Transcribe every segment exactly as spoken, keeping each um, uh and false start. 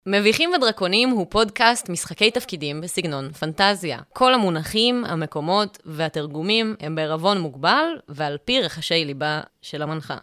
מביכים ודרקונים הוא פודקאסט משחקי תפקידים בסגנון פנטזיה. כל המונחים, המקומות והתרגומים הם בערבון מוגבל ועל פי רחשי ליבה של המנחה.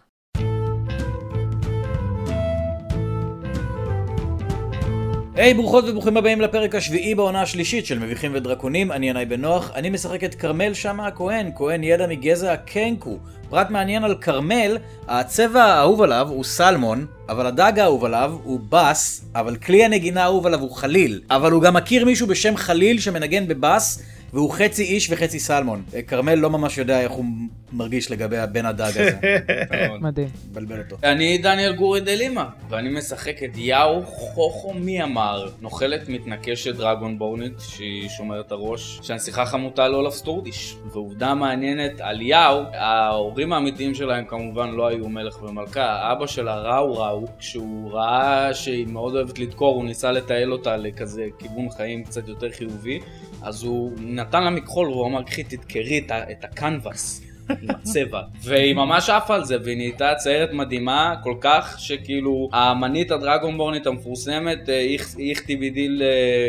היי, hey, ברוכות וברוכים הבאים לפרק השביעי בעונה השלישית של מביכים ודרקונים. אני ינאי בנוח, אני משחק את קרמל שמה הכהן, כהן ידע מגזע הקנקו. פרט מעניין על קרמל, הצבע האהוב עליו הוא סלמון, אבל הדג האהוב עליו הוא בס, אבל כלי הנגינה האהוב עליו הוא חליל. אבל הוא גם מכיר מישהו בשם חליל שמנגן בבס, והוא חצי איש וחצי סלמון. קרמל לא ממש יודע איך הוא מרגיש לגבי הבן הדג הזה. מדהים. בלבל אותו. אני דניאל גורי דלימה, ואני משחק את יאו חוכו מיאמר, נוחלת מתנקשת דרגונבורנית שהיא שומרת הראש, שהנסיכה חמותה לאולף סטורדיש. ועובדה מעניינת על יאו, ההורים האמיתיים שלהם כמובן לא היו מלך ומלכה. אבא שלה ראו ראו, כשהוא ראה שהיא מאוד אוהבת לדקור, הוא ניסה לטייל אותה לכזה כיוון חיים קצת יותר חיובי, אז הוא נתן לה מכחול והוא אמר, קחי תדקרי את הקנבס עם הצבע, והיא ממש עפה על זה, והיא נהייתה ציירת מדהימה כל כך שכאילו האמנית הדרגונבורנית המפורסמת, איכתי בידיל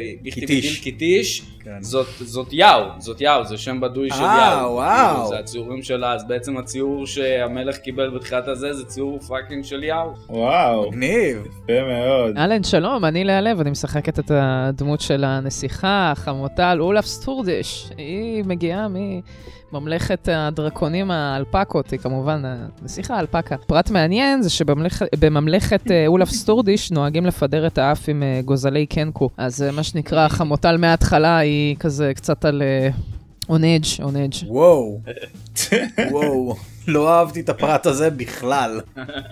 קיטיש, זאת זאת יאו, זאת יאו, זה שם בדוי של יאו, זה הציורים שלה. אז בעצם הציור שהמלך קיבל בתחילת הזה זה ציור פאקינג של יאו. וואו, מגניב, יפה מאוד. אלן, שלום, אני להלב, אני משחקת את הדמות של הנסיכה חמותה אולף סטורדיש. היא מגיעה מממלכת הדרקונים האלפקות, היא כמובן הנסיכה האלפקה. פרט מעניין זה שבממלכת אולף סטורדיש נוהגים לפדר את האף עם גוזלי קנקו, אז מה שנקרא חמותה מההתחלה היא כזה קצת על אונג' אונג'. וואו, וואו, לא אהבתי את הפרט הזה בכלל.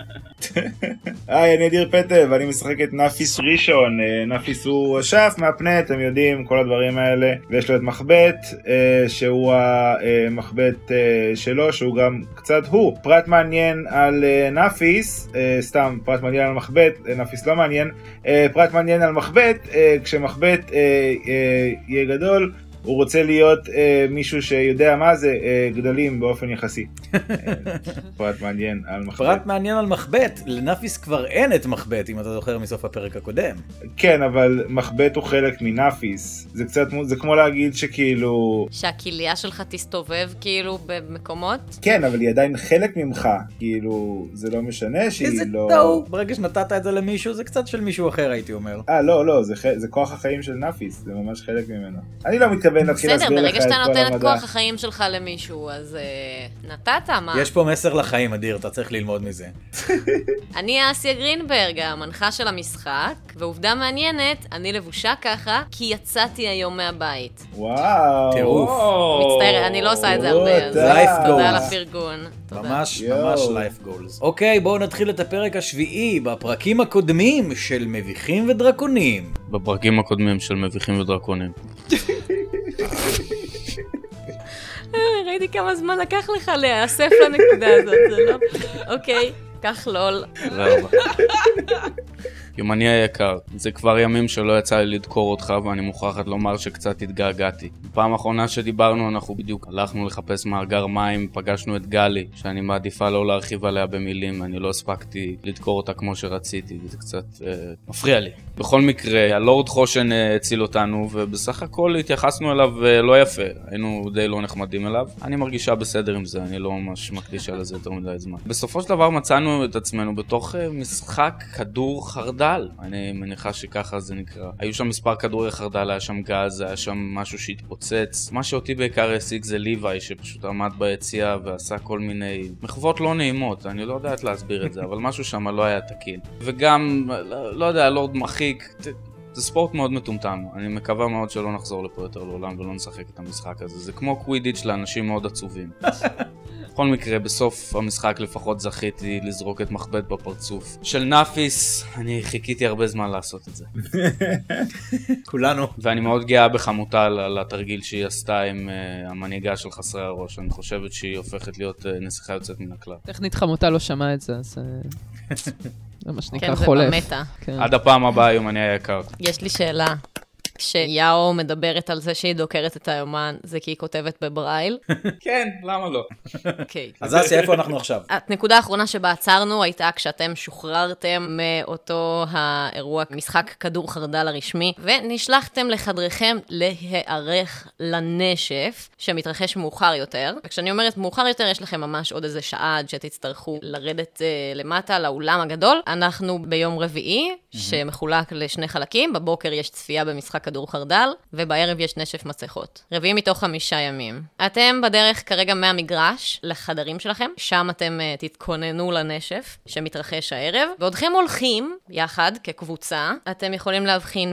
היי, אני אדיר פטב, ואני משחק את נפיס ראשון. נפיס הוא שף מהפנה, אתם יודעים, כל הדברים האלה. ויש לו את מחבט, שהוא המחבט שלו, שהוא גם קצת הוא. פרט מעניין על נפיס, סתם, פרט מעניין על מחבט, נפיס לא מעניין. פרט מעניין על מחבט, כשמחבט יהיה גדול, הוא רוצה להיות אה, מישהו שיודע מה זה אה, גדלים באופן יחסי. אה, פרט מעניין על מחבט. פרט מעניין על מחבט, לנפיס כבר אין את מחבט, אם אתה זוכר מסוף הפרק הקודם. כן, אבל מחבט הוא חלק מנפיס. זה קצת, זה כמו להגיד שכאילו... שהכליה שלך תסתובב כאילו במקומות? כן, אבל היא עדיין חלק ממך. כאילו, זה לא משנה שהיא איזה לא... טוב, ברגע שנתת את זה למישהו, זה קצת של מישהו אחר, הייתי אומר. אה, לא, לא, זה, זה כוח החיים של נפיס, זה ממש חלק ממנו. אני לא מתכוון להתחיל להסביר לך את כל המדע. בסדר, ברגע שאתה נותן את כוח החיים שלך למישהו, אז uh, נתת, מה? יש פה מסר לחיים, אדיר, אתה צריך ללמוד מזה. אני אסיה גרינברג, המנחה של המשחק, ועובדה מעניינת, אני לבושה ככה, כי יצאתי היום מהבית. וואו. טירוף. מצטער, אני לא עושה את זה הרבה, אז תודה על הפרגון. ממש, ממש life goals. אוקיי, בואו נתחיל את הפרק השביעי, בפרקים הקודמים של מביכים ודרקונים. בפרקים הקודמים של מביכים ודרקונים. ראיתי כמה זמן לקח לך להיאסף לנקודה הזאת, זה לא? אוקיי, כך לול. יומני היקר, זה כבר ימים שלא יצא לי לדקור אותך, ואני מוכרחת לומר שקצת התגעגעתי. בפעם האחרונה שדיברנו אנחנו בדיוק הלכנו לחפש מאגר מים, פגשנו את גלי, שאני מעדיפה לא להרחיב עליה במילים, אני לא הספקתי לדקור אותה כמו שרציתי, וזה קצת אה, מפריע לי. בכל מקרה, הלורד חושן אה, הציל אותנו, ובסך הכל התייחסנו אליו אה, לא יפה, היינו די לא נחמדים אליו. אני מרגישה בסדר עם זה, אני לא ממש מקדישה לזה יותר מדי זמן. בסופו של דבר מצאנו את עצמנו בתוך אה, משחק כדור חרדל. אני מניחה שככה זה נקרא. היו שם מספר כדורי חרדל, היה שם גז, היה שם משהו שהתפוצץ. מה שאותי בעיקר העסיק זה ליוואי, שפשוט עמד ביציאה ועשה כל מיני מחוות לא נעימות. אני לא יודעת להסביר את זה, אבל משהו שם לא היה תקין. וגם, לא, לא יודע, לורד מחיק, זה ספורט מאוד מטומטם. אני מקווה מאוד שלא נחזור לפה יותר לעולם ולא נשחק את המשחק הזה. זה כמו קווידיץ' לאנשים מאוד עצובים. בכל מקרה, בסוף המשחק לפחות זכיתי לזרוק את מחבט בפרצוף של נפיס. אני חיכיתי הרבה זמן לעשות את זה. כולנו. ואני מאוד גאה בחמותה על התרגיל שהיא עשתה עם uh, המנהיגה של חסרי הראש. אני חושבת שהיא הופכת להיות uh, נסיכה יוצאת מן הכלל. טכנית חמותה לא שמעה את זה, אז... זה מה שנקרא כן, חולף. כן, זה במטה. עד הפעם הבאה, יומני היקר. יש לי שאלה. כשיאו מדברת על זה שהיא דוקרת את היומן, זה כי היא כותבת בברייל. כן, למה לא? אוקיי. אז אסי, איפה אנחנו עכשיו? הנקודה האחרונה שבה עצרנו הייתה כשאתם שוחררתם מאותו האירוע, משחק כדור חרדל הרשמי, ונשלחתם לחדריכם להיערך לנשף, שמתרחש מאוחר יותר. וכשאני אומרת מאוחר יותר, יש לכם ממש עוד איזה שעה עד שתצטרכו לרדת uh, למטה לאולם הגדול. אנחנו ביום רביעי, שמחולק לשני חלקים, בבוקר יש צפייה במשחק כדור חרדל, ובערב יש נשף מסכות. רביעי מתוך חמישה ימים. אתם בדרך כרגע מהמגרש לחדרים שלכם, שם אתם uh, תתכוננו לנשף שמתרחש הערב, ועודכם הולכים יחד כקבוצה, אתם יכולים להבחין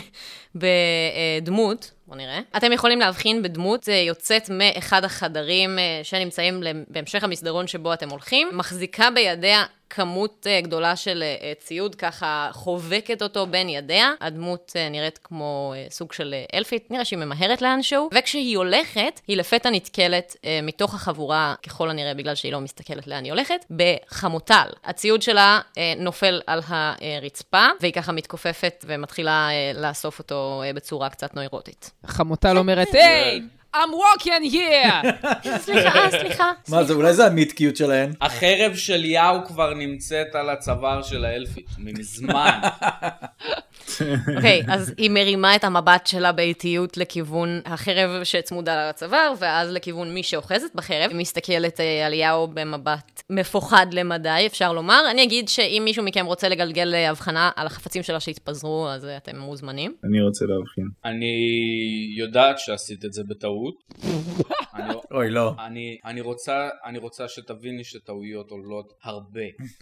בדמות, בוא נראה. אתם יכולים להבחין בדמות יוצאת מאחד החדרים שנמצאים בהמשך המסדרון שבו אתם הולכים, מחזיקה בידיה כמות גדולה של ציוד, ככה חובקת אותו בין ידיה. הדמות נראית כמו סוג של אלפית, נראה שהיא ממהרת לאנשהו, וכשהיא הולכת, היא לפתע נתקלת מתוך החבורה, ככל הנראה בגלל שהיא לא מסתכלת לאן היא הולכת, בחמוטל. הציוד שלה נופל על הרצפה, והיא ככה מתכופפת ומתחילה לאסוף אותו בצורה קצת נוירוטית. חמוטל אומרת, היי! I'm walking here! סליחה, סליחה. מה זה, אולי זה המיתקיות שלהן? החרב של יאו כבר נמצאת על הצוואר של האלפית, מזמן. אוקיי, אז היא מרימה את המבט שלה באיטיות לכיוון החרב שצמודה לצוואר, ואז לכיוון מי שאוחזת בחרב. היא מסתכלת על יאו במבט מפוחד למדי, אפשר לומר. אני אגיד שאם מישהו מכם רוצה לגלגל הבחנה על החפצים שלה שהתפזרו, אז אתם מוזמנים. אני רוצה להבחין. אני יודעת שעשית את זה בטעות. אוי, לא. אני, אני רוצה, אני רוצה שתביני שטעויות עולות הרבה.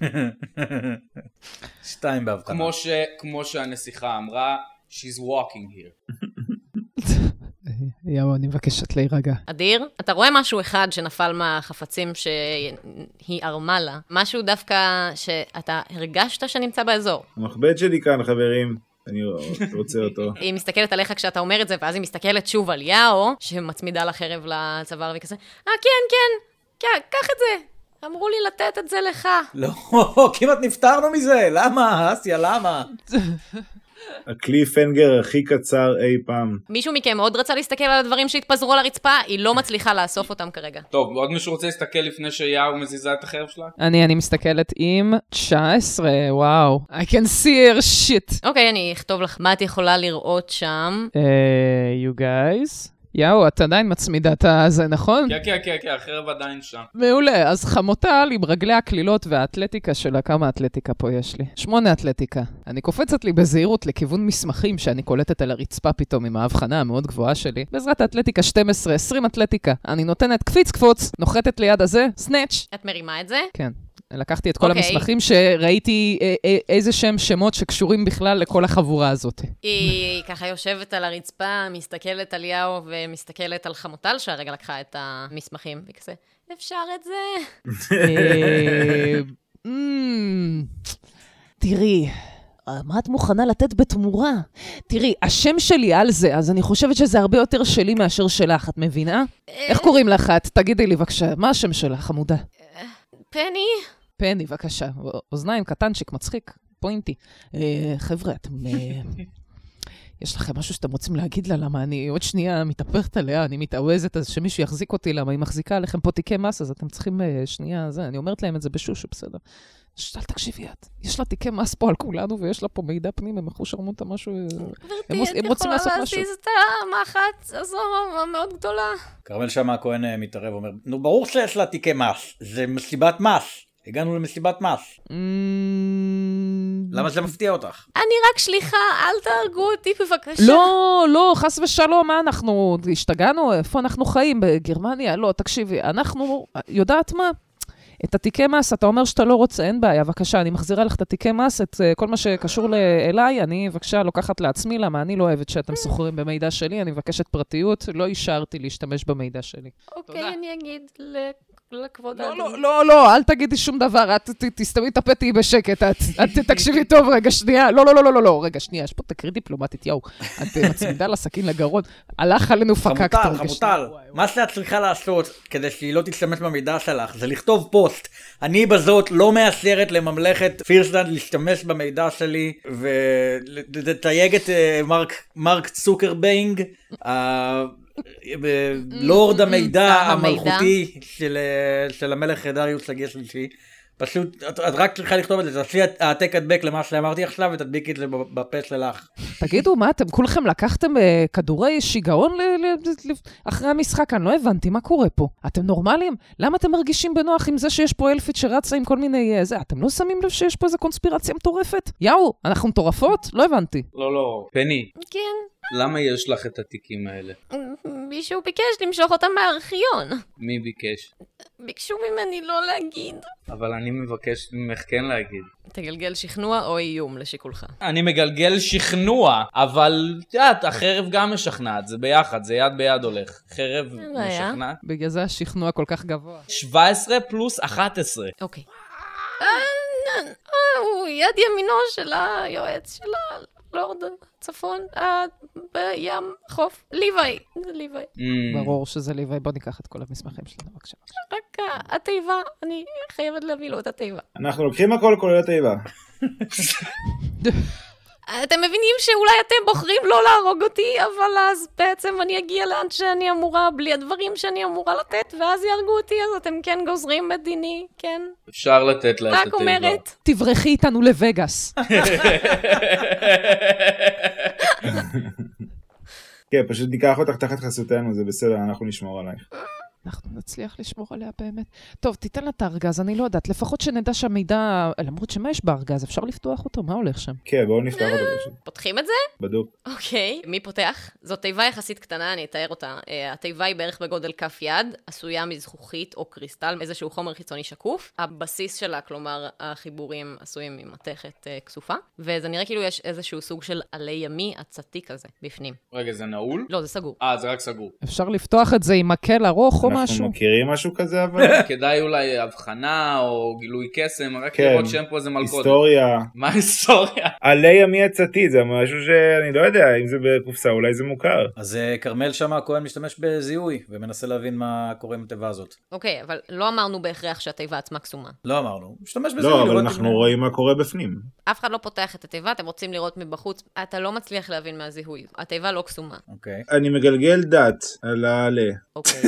שתיים בהבחנה. כמו ש, כמו שהנסיכה אמרה, she's walking here. יאו, אני מבקשת להירגע. אדיר, אתה רואה משהו אחד שנפל מהחפצים שהיא ארמה לה? משהו דווקא שאתה הרגשת שנמצא באזור? המחבט שלי כאן, חברים. אני רוצה אותו. היא מסתכלת עליך כשאתה אומר את זה, ואז היא מסתכלת שוב על יאו, שמצמידה לחרב לצוואר וכזה, אה, כן, כן, כן, קח את זה. אמרו לי לתת את זה לך. לא, כמעט נפטרנו מזה. למה, אסיה, למה? הקליפהנגר הכי קצר אי פעם. מישהו מכם עוד רצה להסתכל על הדברים שהתפזרו על הרצפה? היא לא מצליחה לאסוף אותם כרגע. טוב, עוד מישהו רוצה להסתכל לפני שיאו מזיזה את החרב שלה? אני, אני מסתכלת עם תשע עשרה, וואו. I can see her shit. אוקיי, אני אכתוב לך מה את יכולה לראות שם. Uh, you guys? יאו, את עדיין מצמידה את זה, נכון? כן, כן, כן, כן, החרב עדיין שם. מעולה, אז חמוטל עם רגלי הכלילות והאתלטיקה שלה, כמה אתלטיקה פה יש לי? שמונה אתלטיקה. אני קופצת לי בזהירות לכיוון מסמכים שאני קולטת על הרצפה פתאום עם ההבחנה המאוד גבוהה שלי. בעזרת האתלטיקה שתים עשרה עשרים אתלטיקה. אני נותנת קפיץ קפוץ, נוחתת ליד הזה, סנאץ'. את מרימה את זה? כן. לקחתי את כל okay. המסמכים שראיתי א- א- איזה שם שמות שקשורים בכלל לכל החבורה הזאת. היא ככה יושבת על הרצפה, מסתכלת על יאו ומסתכלת על חמוטל שהרגע לקחה את המסמכים, וכזה, אפשר את זה? תראי, מה את מוכנה לתת בתמורה? תראי, השם שלי על זה, אז אני חושבת שזה הרבה יותר שלי מאשר שלך, את מבינה? איך קוראים לך את? תגידי לי בבקשה, מה השם שלך, חמודה? פני? פני, בבקשה. אוזניים, קטנצ'יק, מצחיק, פוינטי. חבר'ה, אתם... יש לכם משהו שאתם רוצים להגיד לה, למה אני עוד שנייה מתהפכת עליה, אני מתעווזת, אז שמישהו יחזיק אותי, למה היא מחזיקה עליכם פה תיקי מס, אז אתם צריכים שנייה, זה, אני אומרת להם את זה בשושו, בסדר. אל תקשיבי את, יש לה תיקי מס פה על כולנו, ויש לה פה מידע פנים, הם אחו שרמו את המשהו, הם רוצים לעשות משהו. להזיז את המחץ הזו מאוד גדולה. כרמל שמה הכהן מתערב, אומר, נו ברור שיש לה תיקי מס, זה מסיבת מס. הגענו למסיבת מס. למה זה מפתיע אותך? אני רק שליחה, אל תהרגו אותי בבקשה. לא, לא, חס ושלום, מה אנחנו השתגענו? איפה אנחנו חיים? בגרמניה? לא, תקשיבי, אנחנו, יודעת מה? את התיקי מס, אתה אומר שאתה לא רוצה, אין בעיה, בבקשה, אני מחזירה לך את התיקי מס, את כל מה שקשור אליי, אני בבקשה לוקחת לעצמי, למה אני לא אוהבת שאתם סוחרים במידע שלי, אני מבקשת פרטיות, לא אישרתי להשתמש במידע שלי. אוקיי, אני אגיד לכבוד לא, האדון. לא, לא, לא, אל תגידי שום דבר, את תסתמי את הפה, תהיי בשקט, את תקשיבי טוב, רגע, שנייה, לא, לא, לא, לא, לא, רגע, שנייה, יש פה תקרית דיפלומטית, יאו, את מצמידה לסכין לגרון, הלך עלינו פקקת. חמוטל, חמוטל, מה שאת צריכה לעשות כדי שהיא לא תשתמש במידע שלך, זה לכתוב פוסט. אני בזאת לא מאשרת לממלכת פירסלנד להשתמש במידע שלי, ולתייג את מרק צוקרביינג, לורד המידע המלכותי של המלך דריוס הגיא השלישי. פשוט, את רק צריכה לכתוב את זה, תעשי העתק הדבק למה שאמרתי עכשיו ותדביקי את זה בפה שלך. תגידו, מה, אתם כולכם לקחתם כדורי שיגעון אחרי המשחק? אני לא הבנתי, מה קורה פה? אתם נורמליים? למה אתם מרגישים בנוח עם זה שיש פה אלפית שרצה עם כל מיני... זה, אתם לא שמים לב שיש פה איזו קונספירציה מטורפת? יאו, אנחנו מטורפות? לא הבנתי. לא, לא. פני. כן. למה יש לך את התיקים האלה? מישהו ביקש למשוך אותם מהארכיון. מי ביקש? ביקשו ממני לא להגיד. אבל אני מבקש ממך כן להגיד. תגלגל שכנוע או איום לשיקולך. אני מגלגל שכנוע, אבל את, החרב גם משכנעת, זה ביחד, זה יד ביד הולך. חרב משכנעת. בגלל זה השכנוע כל כך גבוה. שבע עשרה פלוס אחת עשרה. אוקיי. הוא יד ימינו של היועץ שלה. לורד צפון, בים, חוף, ליווי, זה ליווי. ברור שזה ליווי, בוא ניקח את כל המסמכים שלנו, בבקשה. רק התיבה, אני חייבת להביא לו את התיבה. אנחנו לוקחים הכל כולל התיבה. אתם מבינים שאולי אתם בוחרים לא להרוג אותי, אבל אז בעצם אני אגיע לאן שאני אמורה, בלי הדברים שאני אמורה לתת, ואז יהרגו אותי, אז אתם כן גוזרים את דיני, כן? אפשר לתת לה את רק התיבה. אומרת. תברחי איתנו לווגאס. כן, פשוט ניקח אותך תחת חסותנו, זה בסדר, אנחנו נשמור עלייך. אנחנו נצליח לשמור עליה באמת. טוב, תיתן לה את הארגז, אני לא יודעת, לפחות שנדע שהמידע, למרות שמה יש בארגז, אפשר לפתוח אותו? מה הולך שם? כן, בואו נפתח אותו פשוט. פותחים את זה? בדוק. אוקיי, מי פותח? זאת תיבה יחסית קטנה, אני אתאר אותה. התיבה היא בערך בגודל כף יד, עשויה מזכוכית או קריסטל, איזשהו חומר חיצוני שקוף. הבסיס שלה, כלומר, החיבורים עשויים ממתכת כסופה, וזה נראה כאילו יש איזשהו סוג של עלי ימי עצתי כזה בפנים. רגע, זה נעול? לא, זה סגור. אה, זה רק סגור. אפשר לפתוח את זה עם מקל ארוך או משהו? אנחנו מכירים משהו כזה, אבל... כדאי אולי הבחנה או גילוי קסם, רק כן, לראות שאין פה איזה מלכודת. היסטוריה. מה היסטוריה? עלי ימי עצתי, זה משהו שאני לא יודע, אם זה בקופסה, אולי זה מוכר. אז כרמל שמה הכהן משתמש בזיהוי, ומנסה להבין מה קורה עם התיבה הזאת. אוקיי, אבל לא אמרנו בהכרח שהתיבה עצמה קסומה. לא אמרנו, משתמש בזיהוי. לא, אבל אנחנו רואים מה קורה בפנים. אף אחד לא פותח את התיבה, אתם רוצים לראות מבחוץ, אתה לא מצליח להבין מהזיהוי. התיבה לא קסומה. אוקיי. אני מגלגל דת על העלה. אוקיי.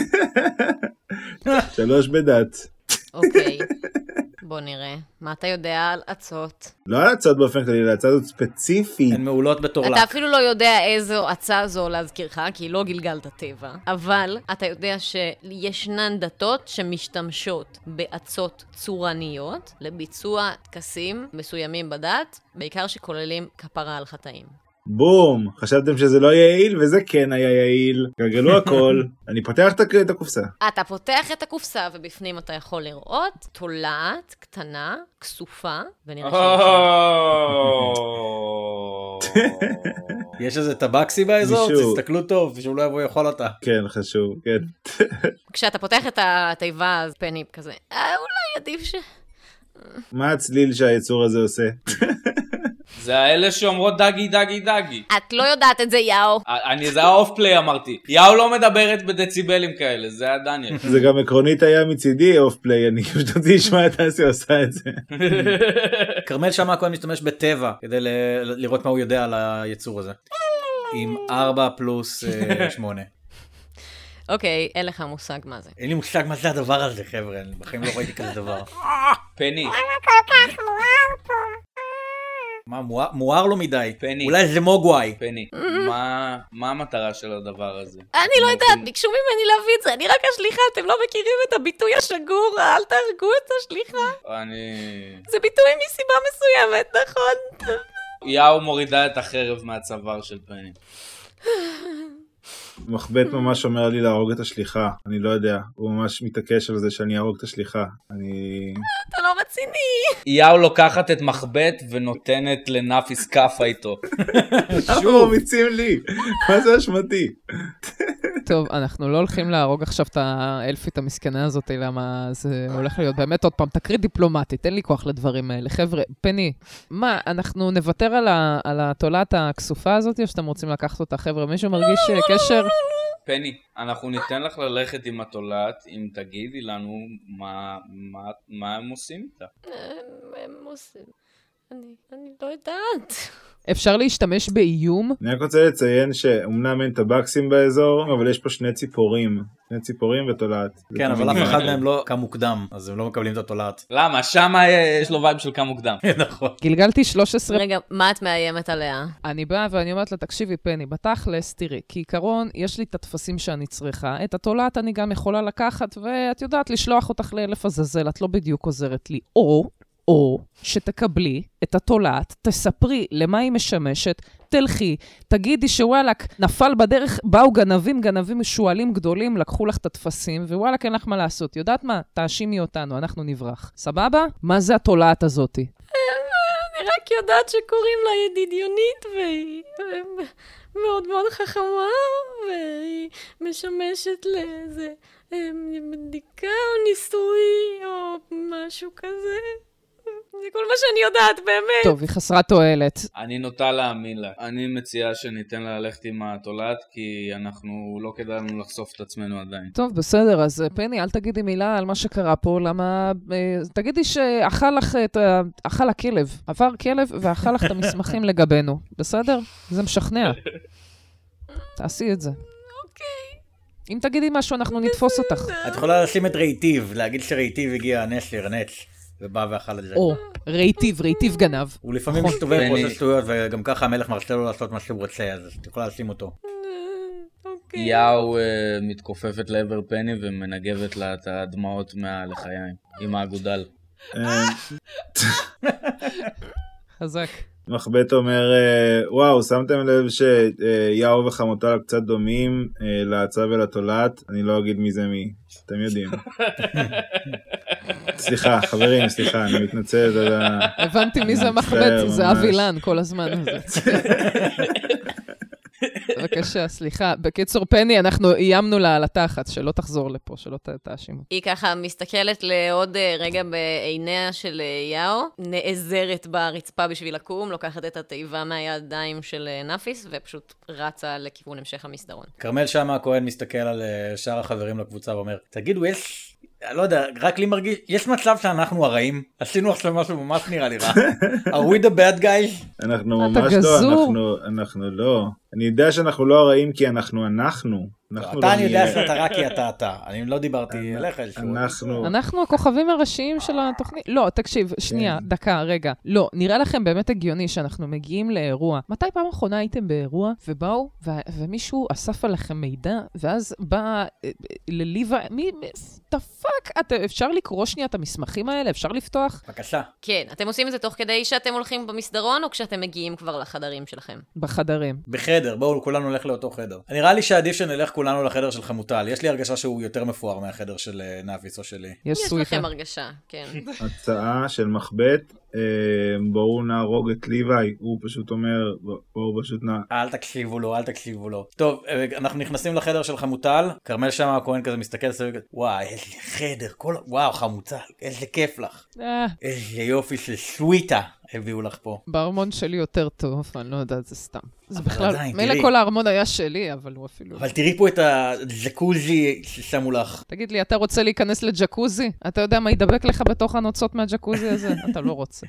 שלוש בדת. אוקיי. בוא נראה. מה אתה יודע על עצות? לא על עצות באופן כללי, על עצות ספציפית. הן מעולות בתור לק. אתה אפילו לא יודע איזו עצה זו להזכירך, כי לא גלגלת טבע. אבל אתה יודע שישנן דתות שמשתמשות בעצות צורניות לביצוע טקסים מסוימים בדת, בעיקר שכוללים כפרה על חטאים. בום, חשבתם שזה לא יעיל, וזה כן היה יעיל. גלגלו הכל. אני פותח את הקופסה. אתה פותח את הקופסה, ובפנים אתה יכול לראות תולעת קטנה, כסופה, ונראה יש איזה טבקסי באזור? מישהו. תסתכלו טוב, שהוא לא יבוא יכול אותה. כן, חשוב, כן. כשאתה פותח את התיבה, אז פני כזה, אה, אולי עדיף ש... מה הצליל שהיצור הזה עושה? זה האלה שאומרות דגי דגי דגי. את לא יודעת את זה, יאו. אני, זה האוף פליי אמרתי. יאו לא מדברת בדציבלים כאלה, זה היה דניאל. זה גם עקרונית היה מצידי אוף פליי, אני פשוט רוצה לשמוע את אסי עושה את זה. כרמל שמה הכהן משתמש בטבע, כדי ל- לראות מה הוא יודע על היצור הזה. עם ארבע פלוס שמונה. אוקיי, אין לך מושג מה זה. אין לי מושג מה זה הדבר הזה, חבר'ה, אני בחיים לא ראיתי כזה דבר. פני. מה, מואר, מואר לו מדי. פני. אולי זה מוגוואי. פני, מה, מה המטרה של הדבר הזה? אני לא יודעת, ביקשו ממני להביא את זה, אני רק השליחה, אתם לא מכירים את הביטוי השגור, אל תהרגו את השליחה. אני... זה ביטוי מסיבה מסוימת, נכון? יאו מורידה את החרב מהצוואר של פני. מחבט ממש אומר לי להרוג את השליחה, אני לא יודע, הוא ממש מתעקש על זה שאני אהרוג את השליחה, אני... אתה לא רציני. יאו לוקחת את מחבט ונותנת לנאפיס קפה איתו. למה מרביצים לי? מה זה אשמתי? טוב, אנחנו לא הולכים להרוג עכשיו את האלפית המסכנה הזאת, למה זה הולך להיות באמת עוד פעם תקרית דיפלומטית, אין לי כוח לדברים האלה. חבר'ה, פני, מה, אנחנו נוותר על, ה, על התולעת הכסופה הזאת, או שאתם רוצים לקחת אותה? חבר'ה, מישהו מרגיש קשר? פני, אנחנו ניתן לך ללכת עם התולעת, אם תגידי לנו מה, מה, מה הם עושים איתה. הם עושים... אני, אני לא יודעת. אפשר להשתמש באיום? אני רק רוצה לציין שאומנם אין טבקסים באזור, אבל יש פה שני ציפורים. שני ציפורים ותולעת. כן, אבל אף אחד מהם לא קם מוקדם, אז הם לא מקבלים את התולעת. למה? שמה יש לו וייב של קם מוקדם. נכון. גלגלתי שלוש עשרה. רגע, מה את מאיימת עליה? אני באה ואני אומרת לה, תקשיבי פני, בתכלס, תראי, כעיקרון, יש לי את התפסים שאני צריכה, את התולעת אני גם יכולה לקחת, ואת יודעת לשלוח אותך לאלף עזאזל, את לא בדיוק עוזרת לי. או... או שתקבלי את התולעת, תספרי למה היא משמשת, תלכי, תגידי שוואלק, נפל בדרך, באו גנבים, גנבים משועלים גדולים, לקחו לך את התפסים, ווואלק אין לך מה לעשות. יודעת מה? תאשימי אותנו, אנחנו נברח. סבבה? מה זה התולעת הזאתי? אני רק יודעת שקוראים לה ידידיונית, והיא מאוד מאוד חכמה, והיא משמשת לאיזה בדיקה או ניסוי או משהו כזה. זה כל מה שאני יודעת, באמת. טוב, היא חסרת תועלת. אני נוטה להאמין לה. אני מציעה שניתן לה ללכת עם התולעת, כי אנחנו לא כדאי לנו לחשוף את עצמנו עדיין. טוב, בסדר, אז פני, אל תגידי מילה על מה שקרה פה, למה... תגידי שאכל לך את ה... אכל הכלב. עבר כלב ואכל לך את המסמכים לגבינו. בסדר? זה משכנע. תעשי את זה. אוקיי. אם תגידי משהו, אנחנו נתפוס אותך. את יכולה לשים את רייטיב, להגיד שרייטיב הגיע נשר, נץ. ובא ואכל את זה. או, רייטיב, רייטיב גנב. הוא לפעמים מסתובב פה של שטויות, וגם ככה המלך מרשה לו לעשות מה שהוא רוצה, אז את יכולה לשים אותו. יאו מתכופפת לעבר פני ומנגבת לה את הדמעות מהלחיים, עם האגודל. חזק. מחבט אומר, וואו, שמתם לב שיאו וחמוטל קצת דומים לעצה ולתולעת, אני לא אגיד מי זה מי, אתם יודעים. סליחה, חברים, סליחה, אני מתנצל על ה... הבנתי מי זה מחבט, זה אבילן כל הזמן הזה. בבקשה, סליחה. בקיצור, פני, אנחנו איימנו לה על התחת, שלא תחזור לפה, שלא תאשים. היא ככה מסתכלת לעוד רגע בעיניה של יאו, נעזרת ברצפה בשביל לקום, לוקחת את התיבה מהידיים של נאפיס, ופשוט רצה לכיוון המשך המסדרון. כרמל שמה הכהן מסתכל על שאר החברים לקבוצה ואומר, תגידו, יש... לא יודע, רק לי מרגיש, יש מצב שאנחנו הרעים? עשינו עכשיו משהו ממש נראה לי רע. Are we the bad guys? אנחנו ממש לא, אנחנו, אנחנו לא. אני יודע שאנחנו לא הרעים כי אנחנו אנחנו. אתה אני יודע שאתה רק כי אתה אתה. אני לא דיברתי אליך. אנחנו... אנחנו הכוכבים הראשיים של התוכנית. לא, תקשיב, שנייה, דקה, רגע. לא, נראה לכם באמת הגיוני שאנחנו מגיעים לאירוע. מתי פעם אחרונה הייתם באירוע ובאו ומישהו אסף עליכם מידע ואז בא לליבה, מי... תפק, אפשר לקרוא שנייה את המסמכים האלה? אפשר לפתוח? בבקשה. כן, אתם עושים את זה תוך כדי שאתם הולכים במסדרון או כשאתם מגיעים כבר לחדרים שלכם? בחדרים. בחדר, בואו כולנו נלך לאותו חדר. נראה לי שעדיף שנלך כולנו לחדר של חמוטל. יש לי הרגשה שהוא יותר מפואר מהחדר של נאפיס או שלי. יש יש לכם הרגשה, כן. הצעה של מחבט, בואו נהרוג את ליוואי, הוא פשוט אומר, בואו פשוט נע... אל תקשיבו לו, אל תקשיבו לו. טוב, אנחנו נכנסים לחדר של חמוטל, כרמל שמה הכהן כזה מסתכל, וואי, איזה חדר, כל... וואו, חמוטל, איזה כיף לך. איזה יופי של סוויטה הביאו לך פה. בארמון שלי יותר טוב, אני לא יודעת, זה סתם. זה בכלל, מילא כל הארמון היה שלי, אבל הוא אפילו... אבל תראי פה את הג'קוזי ששמו לך. תגיד לי, אתה רוצה להיכנס לג'קוזי? אתה יודע מה ידבק לך בתוך הנוצות מהג'קוזי הזה? אתה לא רוצה.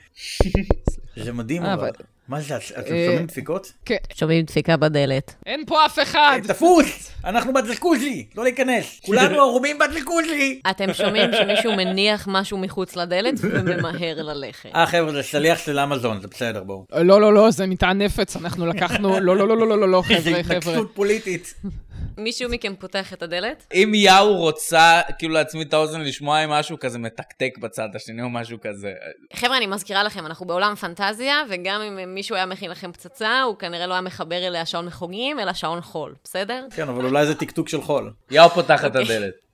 זה מדהים, אבל... מה זה, אתם שומעים דפיקות? כן. שומעים דפיקה בדלת. אין פה אף אחד! תפוס! אנחנו בג'קוזי! לא להיכנס! כולנו ערומים בג'קוזי! אתם שומעים שמישהו מניח משהו מחוץ לדלת וממהר ללכת. אה, חבר'ה, זה שליח של אמזון, זה בסדר, בואו. לא, לא, לא, זה מטען נפץ, אנחנו לקחנו... לא, לא, לא, לא, לא, לא, חבר'ה, חבר'ה. זה התנגשות פוליטית. מישהו מכם פותח את הדלת? אם יאו רוצה כאילו להצמיד את האוזן לשמוע עם משהו כזה מתקתק בצד השני או משהו כזה. חבר'ה, אני מזכירה לכם, אנחנו בעולם פנטזיה, וגם אם מישהו היה מכין לכם פצצה, הוא כנראה לא היה מחבר אליה שעון מחוגים, אלא שעון חול, בסדר? כן, אבל אולי זה טקטוק של חול. יאו פותח את הדלת.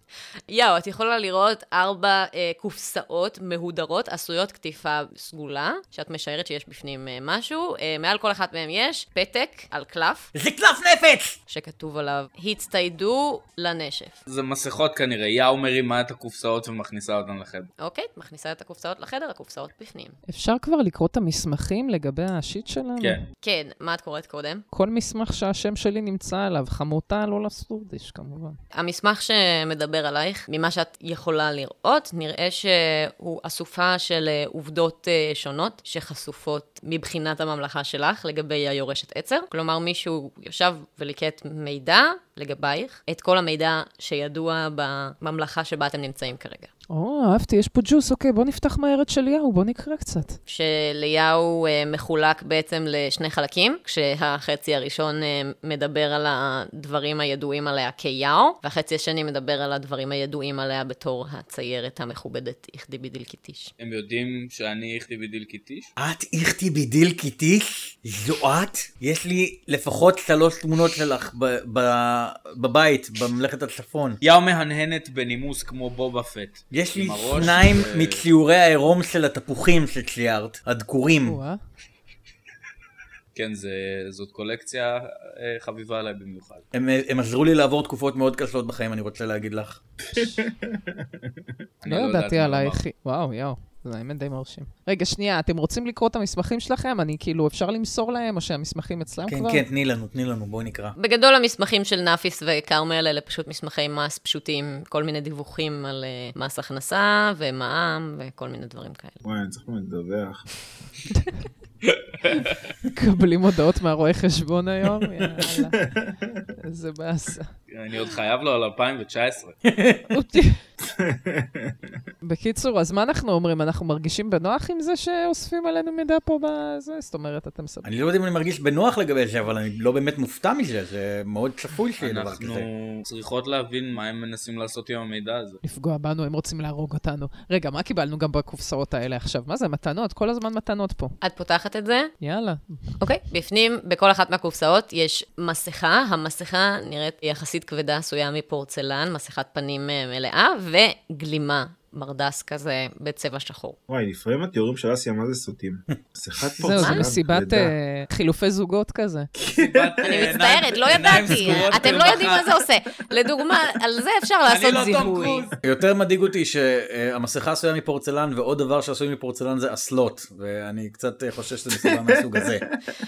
יאו, את יכולה לראות ארבע אה, קופסאות מהודרות, עשויות כתיפה סגולה, שאת משערת שיש בפנים אה, משהו. אה, מעל כל אחת מהם יש פתק על קלף. זה קלף נפץ! שכתוב עליו, הצטיידו לנשף. זה מסכות כנראה, יאו מרימה את הקופסאות ומכניסה אותן לחדר. אוקיי, מכניסה את הקופסאות לחדר, הקופסאות בפנים. אפשר כבר לקרוא את המסמכים לגבי השיט שלנו? כן. כן, מה את קוראת קודם? כל מסמך שהשם שלי נמצא עליו, חמותה לא לסטורדיש כמובן. המסמך שמדבר עלייך, ממה שאת יכולה לראות, נראה שהוא אסופה של עובדות שונות שחשופות מבחינת הממלכה שלך לגבי היורשת עצר. כלומר, מישהו יושב וליקט מידע לגבייך, את כל המידע שידוע בממלכה שבה אתם נמצאים כרגע. או, אהבתי, יש פה ג'וס, אוקיי, בוא נפתח מהארץ של יאו, בוא נקרא קצת. שליהו מחולק בעצם לשני חלקים, כשהחצי הראשון מדבר על הדברים הידועים עליה כיאו, והחצי השני מדבר על הדברים הידועים עליה בתור הציירת המכובדת איכדי בידיל קיטיש. הם יודעים שאני איכדי בידיל קיטיש? את איכתי בידיל קיטיש? זו את? יש לי לפחות שלוש תמונות שלך ב- ב- בבית, בממלכת הצפון. יאו מהנהנת בנימוס כמו בובה פט. יש לי עם הראש שניים ו- מציורי העירום של התפוחים שציירת, הדקורים. וואה. כן, זה, זאת קולקציה אה, חביבה עליי במיוחד. הם, הם עזרו לי לעבור תקופות מאוד קשות בחיים, אני רוצה להגיד לך. אני לא יודעת ידעתי מה עלייך. לומר. וואו, יאו. זה האמת די מרשים. רגע, שנייה, אתם רוצים לקרוא את המסמכים שלכם? אני כאילו, אפשר למסור להם, או שהמסמכים אצלם כן, כבר? כן, תני לנו, תני לנו, בואי נקרא. בגדול המסמכים של נאפיס וקרמל אלה פשוט מסמכי מס פשוטים, כל מיני דיווחים על uh, מס הכנסה ומע"מ וכל מיני דברים כאלה. וואי, אני צריך לדווח. קבלים הודעות מהרואי חשבון היום? יאללה. איזה באסה. אני עוד חייב לו על אלפיים תשע עשרה. בקיצור, אז מה אנחנו אומרים? אנחנו מרגישים בנוח עם זה שאוספים עלינו מידע פה בזה? זאת אומרת, אתם מספרים. אני לא יודע אם אני מרגיש בנוח לגבי זה, אבל אני לא באמת מופתע מזה, זה מאוד צפוי שיהיה דבר אנחנו כזה. צריכות להבין מה הם מנסים לעשות עם המידע הזה. לפגוע בנו, הם רוצים להרוג אותנו. רגע, מה קיבלנו גם בקופסאות האלה עכשיו? מה זה? מתנות? כל הזמן מתנות פה. את פותחת את זה? יאללה. אוקיי. בפנים, בכל אחת מהקופסאות, יש מסכה. המסכה נראית יחסית כבדה, עשויה מפורצלן, מסכת פנים מלאה, וגלימה. מרדס כזה בצבע שחור. וואי, לפעמים התיאורים של אסיה, מה זה סוטים? שיחת זהו, פורצלן. זה מסיבת כבדה. אה, חילופי זוגות כזה. אני מצטערת, לא ידעתי. אתם לא יודעים מה זה עושה. לדוגמה, על זה אפשר לעשות זיהוי. יותר מדאיג אותי שהמסכה עשויה מפורצלן, ועוד דבר שעשוי מפורצלן זה אסלות, ואני קצת חושש שזה מסיבה מהסוג הזה.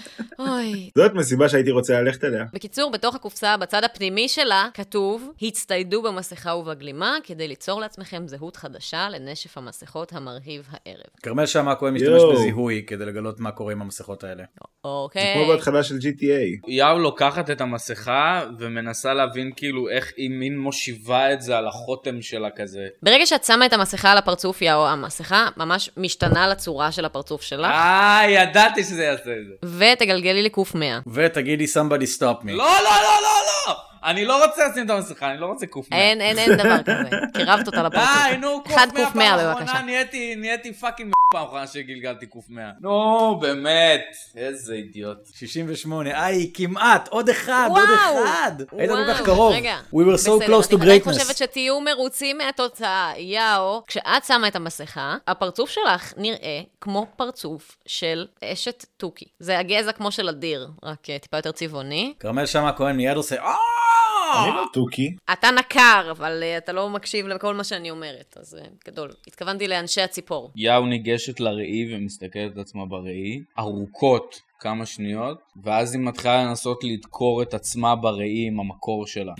אוי. זאת מסיבה שהייתי רוצה ללכת אליה. בקיצור, בתוך הקופסה, בצד הפנימי שלה, כתוב, הצטיידו במסכה ובגלימה, כדי ליצור לעצמכם זהות חדשה לנשף המסכות המרהיב הערב. כרמל שם הכהן משתמש יואו. בזיהוי, כדי לגלות מה קורה עם המסכות האלה. זה אוקיי. כמו בהתחלה של ג'י טי איי. יאו לוקחת את המסכה ומנסה להבין כאילו איך היא מין מושיבה את זה על החותם שלה כזה. ברגע שאת שמה את המסכה על הפרצוף, יאו, המסכה ממש משתנה לצורה של הפרצוף שלך, אה, ידעתי שזה יעשה את זה. ותגלגלי לי קוף מאה. ותגידי somebody stop me. לא, לא, לא, לא, לא! אני לא רוצה לשים את המסכה, אני לא רוצה קוף מאה. אין, אין, אין דבר כזה. קירבת אותה לפרצוף. די, נו, קוף אחד מאה קוף מאה, פעם בבקשה. אחרונה, נהייתי, נהייתי פאקינג פעם אחרונה שגלגלתי קוף מאה. נו, באמת, איזה אידיוט. שישים ושמונה, איי, כמעט, עוד אחד, וואו. עוד אחד. היית כל כך וואו, קרוב. רגע. We were so בסדר, close to אני רק greatness. חושבת שתהיו מרוצים מהתוצאה. יאו, כשאת שמה את המסכה, הפרצוף שלך נראה כמו פרצוף של אשת טוקי. זה הגזע כמו של אדיר, רק אה, טיפה יותר צבעוני. כרמל שם הכהן מיד עושה, אה! אני לא טוקי. אתה נקר, אבל uh, אתה לא מקשיב לכל מה שאני אומרת, אז uh, גדול. התכוונתי לאנשי הציפור. יאו ניגשת לראי ומסתכלת את עצמה בראי, ארוכות כמה שניות, ואז היא מתחילה לנסות לדקור את עצמה בראי עם המקור שלה.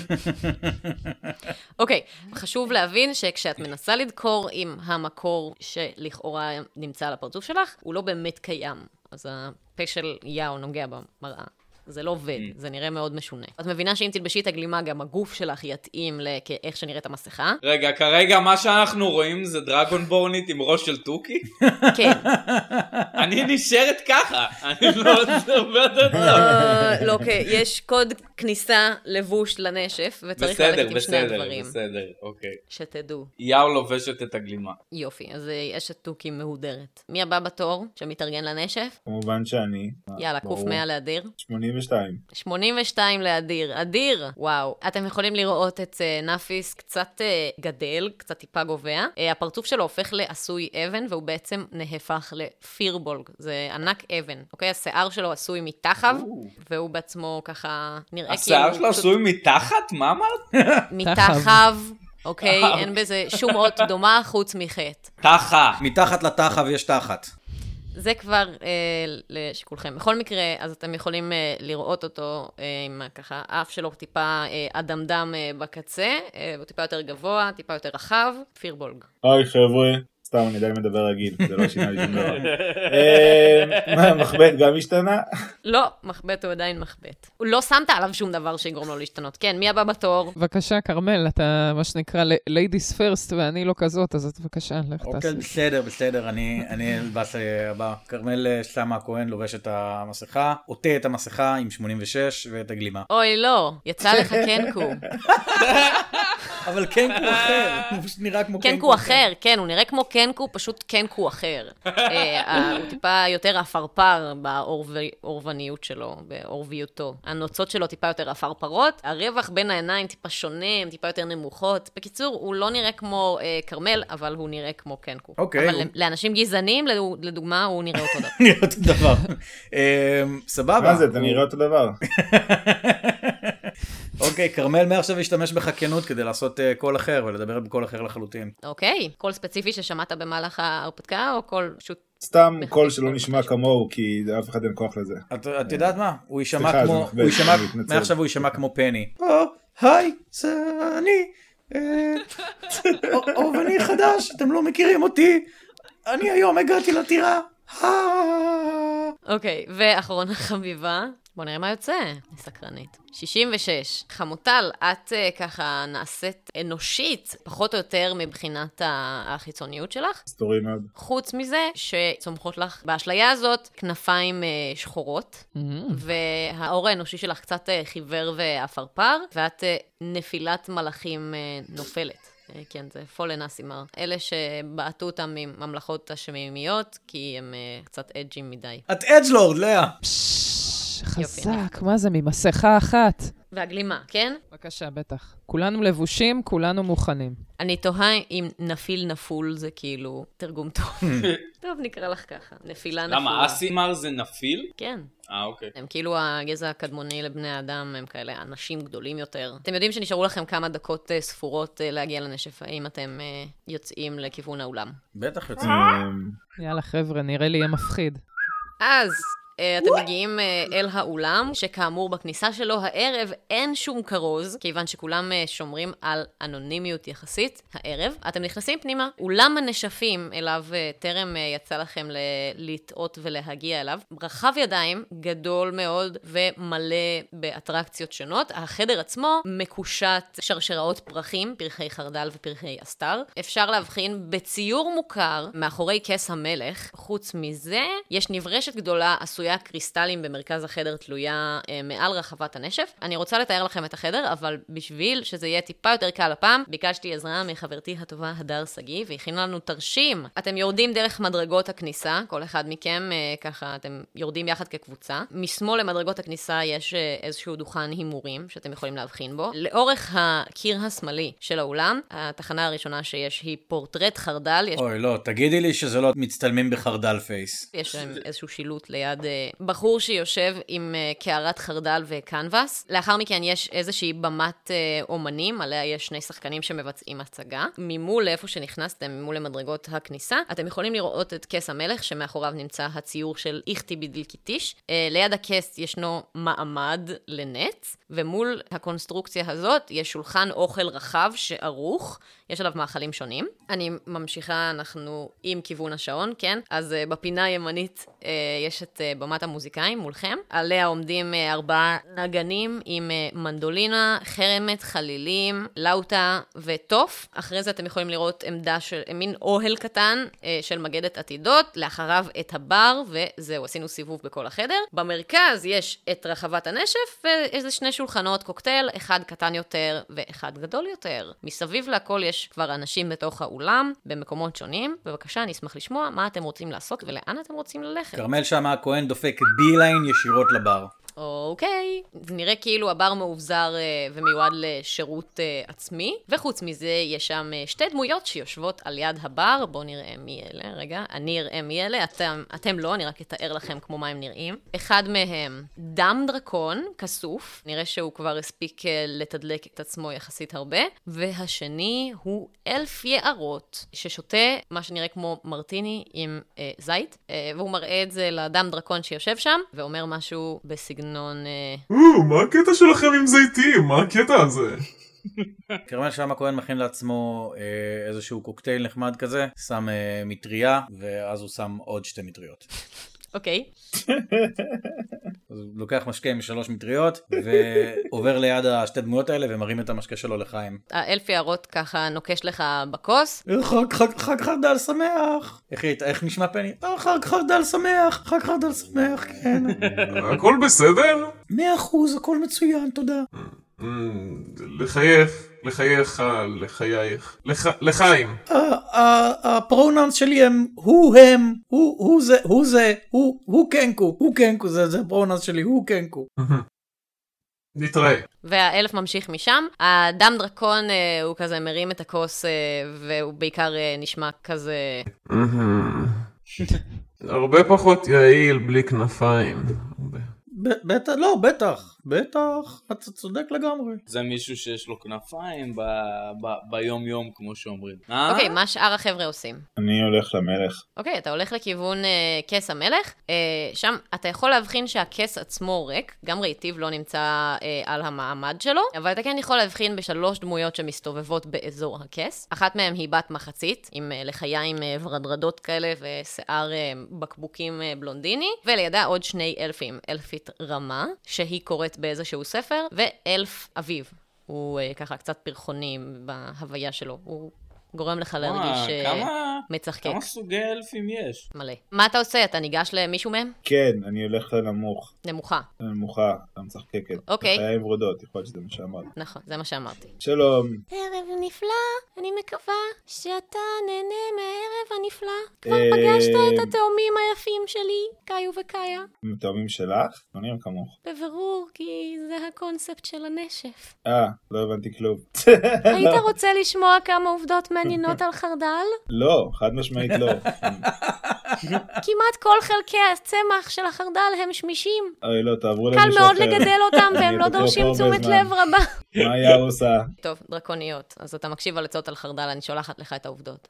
אוקיי, חשוב להבין שכשאת מנסה לדקור עם המקור שלכאורה נמצא על הפרצוף שלך, הוא לא באמת קיים. אז הפה של יאו נוגע במראה. זה לא עובד, זה נראה מאוד משונה. את מבינה שאם תלבשי את הגלימה, גם הגוף שלך יתאים לאיך שנראית המסכה? רגע, כרגע מה שאנחנו רואים זה דרגונבורנית עם ראש של טוקי? כן. אני נשארת ככה, אני לא עוברת את זה. אה, לא, אוקיי, יש קוד כניסה לבוש לנשף, וצריך בסדר, ללכת עם שני בסדר, הדברים. בסדר, אוקיי. שתדעו. יאו לובשת את הגלימה. יופי, אז אה, אשת טוקי מהודרת. מי הבא בתור שמתארגן לנשף? כמובן שאני. יאללה, קוף ברור. מאה לאדיר. שמונים שמונים ושתיים. שמונים ושתיים לאדיר. אדיר, וואו. אתם יכולים לראות את uh, נאפיס קצת uh, גדל, קצת טיפה גובע. Uh, הפרצוף שלו הופך לעשוי אבן, והוא בעצם נהפך לפירבולג. זה ענק אבן. אוקיי? השיער שלו עשוי מתחב, והוא בעצמו ככה נראה כאילו... השיער שלו עשוי מתחת? מה אמרת? מתחב. אוקיי? אין בזה שום אות דומה חוץ מחטא. תחת. מתחת לתחב יש תחת. זה כבר אה, לשיקולכם. בכל מקרה, אז אתם יכולים אה, לראות אותו אה, עם ככה, האף שלו טיפה אה, אדמדם אה, בקצה, אה, הוא טיפה יותר גבוה, טיפה יותר רחב, פירבולג. היי חבר'ה, סתם אני עדיין מדבר רגיל, זה לא שינה לי שום דבר. מה, מחבט גם השתנה? לא, מחבט הוא עדיין מחבט. הוא לא שמת עליו שום דבר שיגרום לו להשתנות. כן, מי הבא בתור? בבקשה, קרמל, אתה מה שנקרא ladies first, ואני לא כזאת, אז בבקשה, לך תעשי. אוקיי, בסדר, בסדר, אני אלבש הבא. קרמל שמה הכהן לובש את המסכה, עוטה את המסכה עם שמונים ושש ואת הגלימה. אוי, לא, יצא לך קנקו. אבל קנקו אחר, הוא פשוט נראה כמו קנקו. קנקו אחר, כן, הוא נראה כמו קנקו, פשוט קנקו אחר. הוא טיפה יותר אפרפר באורבניות שלו, באורביותו. הנוצות שלו טיפה יותר אפרפרות, הרווח בין העיניים טיפה שונה, הם טיפה יותר נמוכות. בקיצור, הוא לא נראה כמו קרמל, אבל הוא נראה כמו קנקו. אוקיי. אבל לאנשים גזענים, לדוגמה, הוא נראה אותו דבר. נראה אותו דבר. סבבה. מה זה, אתה נראה אותו דבר. אוקיי, קרמל מעכשיו ישתמש בחכנות כדי לעשות קול אחר ולדבר בקול אחר לחלוטין. אוקיי, קול ספציפי ששמעת במהלך ההרפתקה, או קול פשוט... סתם קול שלא נשמע כמוהו, כי אף אחד אין כוח לזה. את יודעת מה? הוא יישמע כמו... מעכשיו הוא יישמע כמו פני. או, היי, זה אני. או, ואני חדש, אתם לא מכירים אותי. אני היום הגעתי לטירה. אוקיי, ואחרון החביבה. בוא נראה מה יוצא, אני סקרנית. שישים ושש. חמוטל, את uh, ככה נעשית אנושית, פחות או יותר מבחינת החיצוניות שלך. סטורי מאוד. חוץ מזה, שצומחות לך באשליה הזאת כנפיים uh, שחורות, mm-hmm. והאור האנושי שלך קצת uh, חיוור ואפרפר, ואת uh, נפילת מלאכים uh, נופלת. כן, זה פולן אסימר. אלה שבעטו אותם מממלכות השמימיות, כי הם uh, קצת אג'ים מדי. את אג'לורד, לאה! חזק, מה זה, ממסכה אחת? והגלימה, כן? בבקשה, בטח. כולנו לבושים, כולנו מוכנים. אני תוהה אם נפיל נפול זה כאילו תרגום טוב. טוב, נקרא לך ככה. נפילה נפולה. למה, אסימר זה נפיל? כן. אה, אוקיי. הם כאילו הגזע הקדמוני לבני האדם, הם כאלה אנשים גדולים יותר. אתם יודעים שנשארו לכם כמה דקות ספורות להגיע לנשף, האם אתם יוצאים לכיוון האולם? בטח יוצאים. יאללה, חבר'ה, נראה לי יהיה מפחיד. אז... אתם מגיעים אל האולם, שכאמור בכניסה שלו הערב אין שום כרוז, כיוון שכולם שומרים על אנונימיות יחסית הערב. אתם נכנסים פנימה, אולם הנשפים אליו טרם יצא לכם לטעות ולהגיע אליו. רחב ידיים, גדול מאוד ומלא באטרקציות שונות. החדר עצמו מקושט שרשראות פרחים, פרחי חרדל ופרחי אסתר. אפשר להבחין בציור מוכר מאחורי כס המלך. חוץ מזה, יש נברשת גדולה עשויה קריסטלים במרכז החדר תלויה אה, מעל רחבת הנשף. אני רוצה לתאר לכם את החדר, אבל בשביל שזה יהיה טיפה יותר קל הפעם, ביקשתי עזרה מחברתי הטובה הדר סגי, והכינה לנו תרשים. אתם יורדים דרך מדרגות הכניסה, כל אחד מכם אה, ככה, אתם יורדים יחד כקבוצה. משמאל למדרגות הכניסה יש אה, איזשהו דוכן הימורים שאתם יכולים להבחין בו. לאורך הקיר השמאלי של האולם, התחנה הראשונה שיש היא פורטרט חרדל. יש... אוי, לא, תגידי לי שזה לא מצטלמים בחרדל פייס. יש להם איזשהו שילוט ליד בחור שיושב עם קערת חרדל וקנבס. לאחר מכן יש איזושהי במת אומנים, עליה יש שני שחקנים שמבצעים הצגה. ממול לאיפה שנכנסתם, ממול למדרגות הכניסה, אתם יכולים לראות את כס המלך, שמאחוריו נמצא הציור של איכטי בדלקיטיש. ליד הכס ישנו מעמד לנץ, ומול הקונסטרוקציה הזאת יש שולחן אוכל רחב שערוך, יש עליו מאכלים שונים. אני ממשיכה, אנחנו עם כיוון השעון, כן? אז uh, בפינה הימנית uh, יש את uh, במת המוזיקאים מולכם. עליה עומדים uh, ארבעה נגנים עם uh, מנדולינה, חרמת, חלילים, לאוטה וטוף. אחרי זה אתם יכולים לראות עמדה של מין אוהל קטן uh, של מגדת עתידות, לאחריו את הבר, וזהו, עשינו סיבוב בכל החדר. במרכז יש את רחבת הנשף, ואיזה שני שולחנות קוקטייל, אחד קטן יותר ואחד גדול יותר. מסביב להכל יש כבר אנשים בתוך האולם, במקומות שונים. בבקשה, אני אשמח לשמוע מה אתם רוצים לעשות ולאן אתם רוצים ללכת. קרמל שמה הכהן דופק בי ליין ישירות לבר. אוקיי. זה נראה כאילו הבר מאובזר ומיועד לשירות עצמי, וחוץ מזה יש שם שתי דמויות שיושבות על יד הבר. בואו נראה מי אלה, רגע. אני אראה מי אלה, אתם, אתם לא, אני רק אתאר לכם כמו מה הם נראים. אחד מהם, דם דרקון, כסוף, נראה שהוא כבר הספיק לתדלק את עצמו יחסית הרבה, והשני הוא אלף יערות, ששותה מה שנראה כמו מרטיני עם אה, זית, אה, והוא מראה את זה לדם דרקון שיושב שם, ואומר משהו בסגנון... או, מה הקטע שלכם עם זיתים? מה הקטע הזה? כרמל שם הכהן מכין לעצמו אה, איזשהו קוקטייל נחמד כזה, שם אה, מטריה, ואז הוא שם עוד שתי מטריות. אוקיי. אז הוא לוקח משקה משלוש מטריות, ועובר ליד השתי דמויות האלה, ומרים את המשקה שלו לחיים. האלף יערות ככה נוקש לך בקוס. חג, חג, חג חרדל שמח. איך, איך נשמע פני? חג חרדל שמח, חג חרדל שמח, כן. הכל בסדר? מאה אחוז, הכל מצוין, תודה. לחייך, לחייך, לחייך, לחיים. הפרונאונס שלי הם הוא הם, הוא זה, הוא זה, הוא קנקו, הוא קנקו, זה הפרונאונס שלי, הוא קנקו. נתראה. והאלף ממשיך משם. הדם דרקון הוא כזה מרים את הכוס, והוא בעיקר נשמע כזה... הרבה פחות יעיל בלי כנפיים. בטח, לא, בטח, בטח, אתה צודק לגמרי. זה מישהו שיש לו כנפיים ביום יום, כמו שאומרים. אוקיי, מה שאר החבר'ה עושים? אני הולך למלך. אוקיי, אתה הולך לכיוון כס המלך, שם אתה יכול להבחין שהכס עצמו ריק, גם רהיטיב לא נמצא על המעמד שלו, אבל אתה כן יכול להבחין בשלוש דמויות שמסתובבות באזור הכס. אחת מהן היא בת מחצית, עם לחיים ורדרדות כאלה ושיער בקבוקים בלונדיני, ולידה עוד שני אלפים, אלפית רמה, שהיא קוראת באיזשהו ספר, ואלף אביב. הוא uh, ככה קצת פרחוני בהוויה שלו. הוא גורם לך להרגיש מצחקק. כמה סוגי אלפים יש? מלא. מה אתה עושה? אתה ניגש למישהו מהם? כן, אני הולך לנמוך. נמוכה. לנמוכה, אתה מצחקקת. אוקיי. חיי ורודות, יכול להיות שזה מה שאמרת. נכון, זה מה שאמרתי. שלום. ערב נפלא, אני מקווה שאתה נהנה מהערב הנפלא. כבר פגשת את התאומים היפים שלי, קאיו וקאיה. התאומים שלך? לא נראים כמוך. בבירור, כי זה הקונספט של הנשף. אה, לא הבנתי כלום. היית רוצה לשמוע כמה עובדות מעניינות על חרדל? לא, חד משמעית לא. כמעט כל חלקי הצמח של החרדל הם שמישים. אוי לא, תעברו למישהו אחר. קל מאוד לגדל אותם והם לא דורשים תשומת לב רבה. מה היה עושה? טוב, דרקוניות. אז אתה מקשיב על עצות על חרדל, אני שולחת לך את העובדות.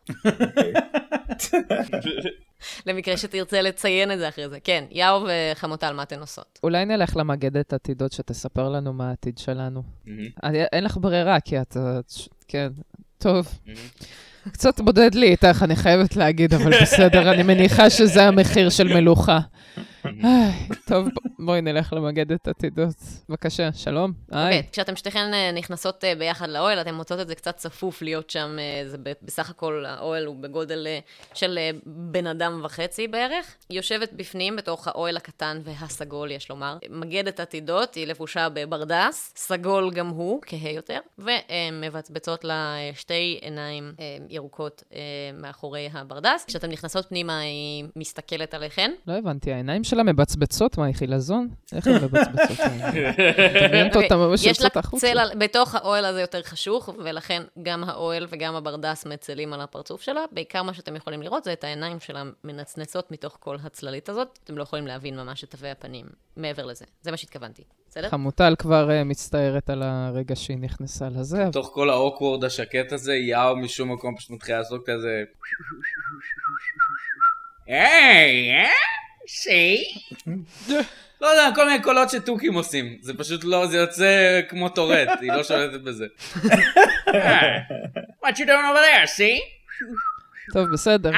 למקרה שתרצה לציין את זה אחרי זה. כן, יאו וחמוטל, מה אתן עושות? אולי נלך למגדת עתידות שתספר לנו מה העתיד שלנו. אין לך ברירה, כי אתה... כן, טוב. קצת בודד לי איתך, אני חייבת להגיד, אבל בסדר, אני מניחה שזה המחיר של מלוכה. טוב, בואי נלך למגדת עתידות. בבקשה, שלום. אוקיי, כשאתם שתיכן נכנסות ביחד לאוהל, אתם מוצאות את זה קצת צפוף להיות שם, זה בסך הכל האוהל הוא בגודל של בן אדם וחצי בערך. היא יושבת בפנים בתוך האוהל הקטן והסגול, יש לומר. מגדת עתידות, היא לבושה בברדס, סגול גם הוא, כהה יותר, ומבצבצות לה שתי עיניים ירוקות מאחורי הברדס. כשאתם נכנסות פנימה, היא מסתכלת עליכן. לא הבנתי, העיניים שלה מבצבצות, מה, היא חילזון? איך הן מבצבצות? דמיינת אותה ממש יוצאת החוצה. יש לה צל, בתוך האוהל הזה יותר חשוך, ולכן גם האוהל וגם הברדס מצלים על הפרצוף שלה. בעיקר מה שאתם יכולים לראות זה את העיניים שלה מנצנצות מתוך כל הצללית הזאת. אתם לא יכולים להבין ממש את תווי הפנים מעבר לזה. זה מה שהתכוונתי. בסדר? חמוטל כבר uh, מצטערת על הרגע שהיא נכנסה לזה. תוך כל האוקוורד השקט הזה, יאו משום מקום פשוט מתחילה לעשות כזה... היי, אה? שי? לא יודע, כל מיני קולות שטוקים עושים. זה פשוט לא, זה יוצא כמו טורט, היא לא שולטת בזה. What you doing over there, see? טוב, בסדר.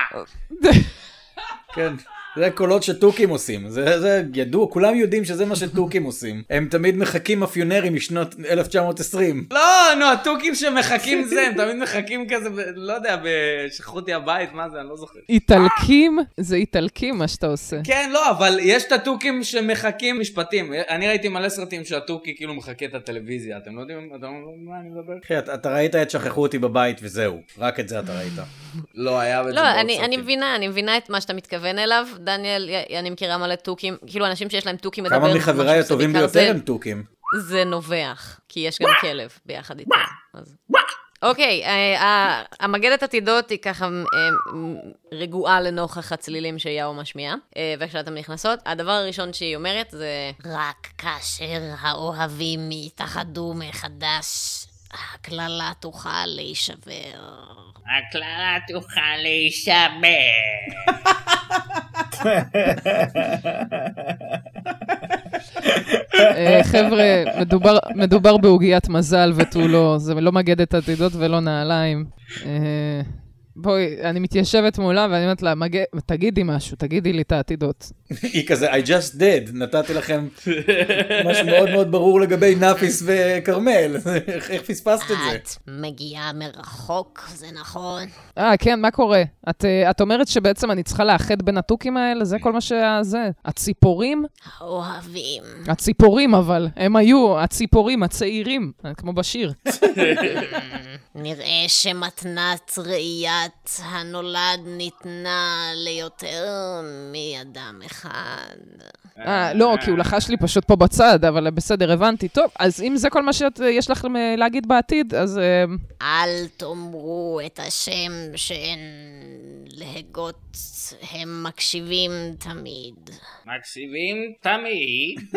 כן. זה קולות שטוקים עושים, זה, זה ידוע, כולם יודעים שזה מה שטוקים עושים. הם תמיד מחכים אפיונרים משנות אלף תשע מאות עשרים. לא, נו, הטוקים שמחכים זה, הם תמיד מחכים כזה, לא יודע, בשכחו אותי הבית, מה זה, אני לא זוכר. איטלקים, זה איטלקים מה שאתה עושה. כן, לא, אבל יש את הטוקים שמחכים משפטים. אני ראיתי מלא סרטים שהטוקי כאילו מחכה את הטלוויזיה, אתם לא יודעים, אתם לא יודעים מה אני מדבר? אחי, אתה, אתה ראית את שכחו אותי בבית וזהו, רק את זה אתה ראית. לא, היה... לא, אני, אני מבינה, אני מבינה את מה שאתה מתכוון אליו. דניאל, אני מכירה מלא טוקים, כאילו אנשים שיש להם טוקים מדבר... כמה מחבריי הטובים ביותר הם טוקים. זה נובח, כי יש גם כלב ביחד איתו. אוקיי, המגדת עתידות היא ככה רגועה לנוכח הצלילים שיאו משמיע, וכשאתם נכנסות, הדבר הראשון שהיא אומרת זה רק כאשר האוהבים יתאחדו מחדש, הכללה תוכל להישבר. הכללה תוכל להישבר. חבר'ה, מדובר בעוגיית מזל ותו לא, זה לא מגדת עתידות ולא נעליים. בואי, אני מתיישבת מולה ואני אומרת לה, תגידי משהו, תגידי לי את העתידות. היא כזה, I just did, נתתי לכם משהו מאוד מאוד ברור לגבי נאפיס וקרמל, איך פספסת את זה? את מגיעה מרחוק, זה נכון. אה, כן, מה קורה? את, את אומרת שבעצם אני צריכה לאחד בין הטוקים האלה, זה כל מה שזה. הציפורים? האוהבים. הציפורים אבל, הם היו, הציפורים, הצעירים, כמו בשיר. נראה שמתנת ראיית הנולד ניתנה ליותר מאדם אחד. אה, לא, כי הוא לחש לי פשוט פה בצד, אבל בסדר, הבנתי. טוב, אז אם זה כל מה שיש לך להגיד בעתיד, אז... אל תאמרו את השם שאין להגות, הם מקשיבים תמיד. מקשיבים תמיד?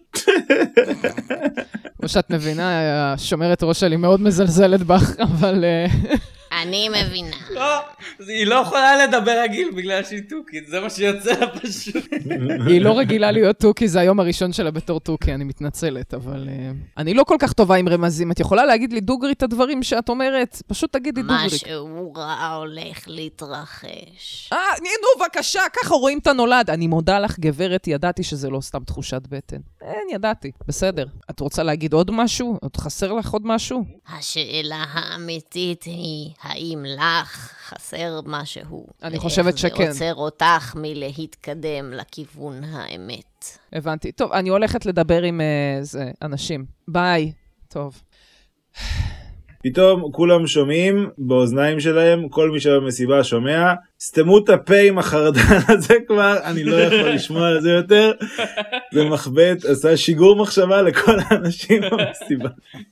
כמו שאת מבינה, השומרת ראש שלי מאוד מזלזלת בך, אבל... אני מבינה. לא, היא לא יכולה לדבר רגיל בגלל שהיא טוקית, זה מה שיוצא לה פשוט. היא לא רגילה להיות טוקי, זה היום הראשון שלה בתור טוקי, אני מתנצלת, אבל... אני לא כל כך טובה עם רמזים, את יכולה להגיד לי דוגרי את הדברים שאת אומרת? פשוט תגידי דוגרי. משהו רע הולך להתרחש. אה, נו, בבקשה, ככה רואים את הנולד. אני מודה לך, גברת, ידעתי שזה לא סתם תחושת בטן. אין, ידעתי. בסדר. את רוצה להגיד עוד משהו? עוד חסר לך עוד משהו? השאלה האמיתית היא, האם לך חסר משהו? אני חושבת שכן. ואיך זה עוצר אותך מלהתקדם לכיוון האמת? הבנתי. טוב, אני הולכת לדבר עם uh, זה, אנשים. ביי. טוב. פתאום כולם שומעים באוזניים שלהם, כל מי שבמסיבה שומע, סתמו את הפה עם החרדן הזה כבר, אני לא יכול לשמוע על זה יותר. זה מחבט, עשה שיגור מחשבה לכל האנשים במסיבה.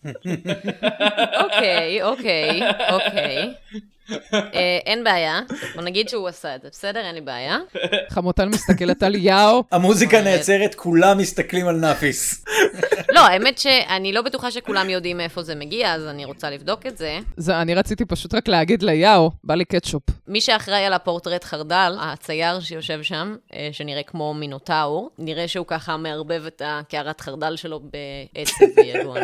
אוקיי, אוקיי, אוקיי. אין בעיה, בוא נגיד שהוא עשה את זה, בסדר? אין לי בעיה. חמותן מסתכלת על יאו. המוזיקה נעצרת, כולם מסתכלים על נאפיס. לא, האמת שאני לא בטוחה שכולם יודעים מאיפה זה מגיע, אז אני רוצה לבדוק את זה. זה, אני רציתי פשוט רק להגיד ליאו, בא לי קטשופ. מי שאחראי על הפורטרט חרדל, הצייר שיושב שם, שנראה כמו מינוטאור, נראה שהוא ככה מערבב את הקערת חרדל שלו בעצב ויגון.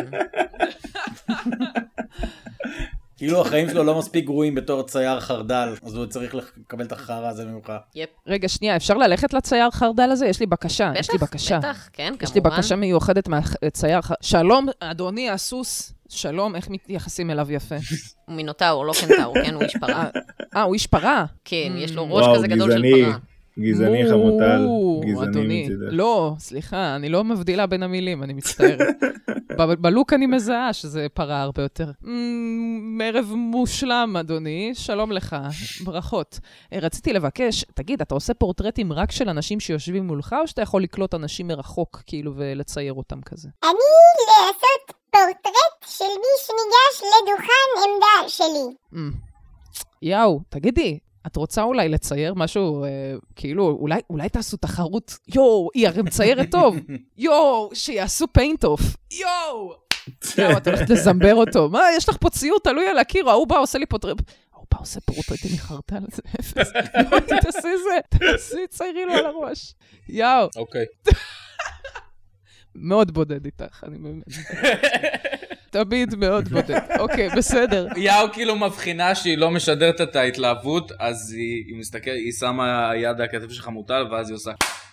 כאילו החיים שלו לא מספיק גרועים בתור צייר חרדל, אז הוא צריך לקבל את החרא הזה ממך. יפ. רגע, שנייה, אפשר ללכת לצייר חרדל הזה? יש לי בקשה, בטח, יש לי בקשה. בטח, כן, כמובן. יש לי בקשה מיוחדת מהצייר חרדל. שלום, אדוני הסוס, שלום, איך מתייחסים אליו יפה? הוא מינוטאור, לא קנטאור, כן, הוא איש פרה. אה, הוא איש פרה? כן, יש לו ראש כזה גדול של פרה. גזעני חמוטל, גזעני מצידך. לא, סליחה, אני לא מבדילה בין המילים, אני מצטערת. בלוק אני מזהה שזה פרה הרבה יותר. מערב מושלם, אדוני, שלום לך, ברכות. רציתי לבקש, תגיד, אתה עושה פורטרטים רק של אנשים שיושבים מולך, או שאתה יכול לקלוט אנשים מרחוק, כאילו, ולצייר אותם כזה? אני לעשות פורטרט של מי שניגש לדוכן עמדה שלי. יאו, תגידי, את רוצה אולי לצייר משהו, אה, כאילו, אולי, אולי תעשו תחרות, יואו, היא הרי מציירת טוב, יואו, שיעשו פיינט אוף, יואו, יואו, את הולכת לזמבר אותו, מה, יש לך פה ציור, תלוי על הקיר, ההוא בא, עושה לי פורטרט, ההוא בא, עושה פורטרטים מחרטל, זה אפס, לא, תעשי זה, תעשי, ציירי לו על הראש, יואו. אוקיי. מאוד בודד איתך, אני באמת. תמיד מאוד בודד. אוקיי, בסדר. יאו כאילו מבחינה שהיא לא משדרת את ההתלהבות, אז היא, היא מסתכלת, היא שמה יד על הכתף שלך מוטל, ואז היא עושה...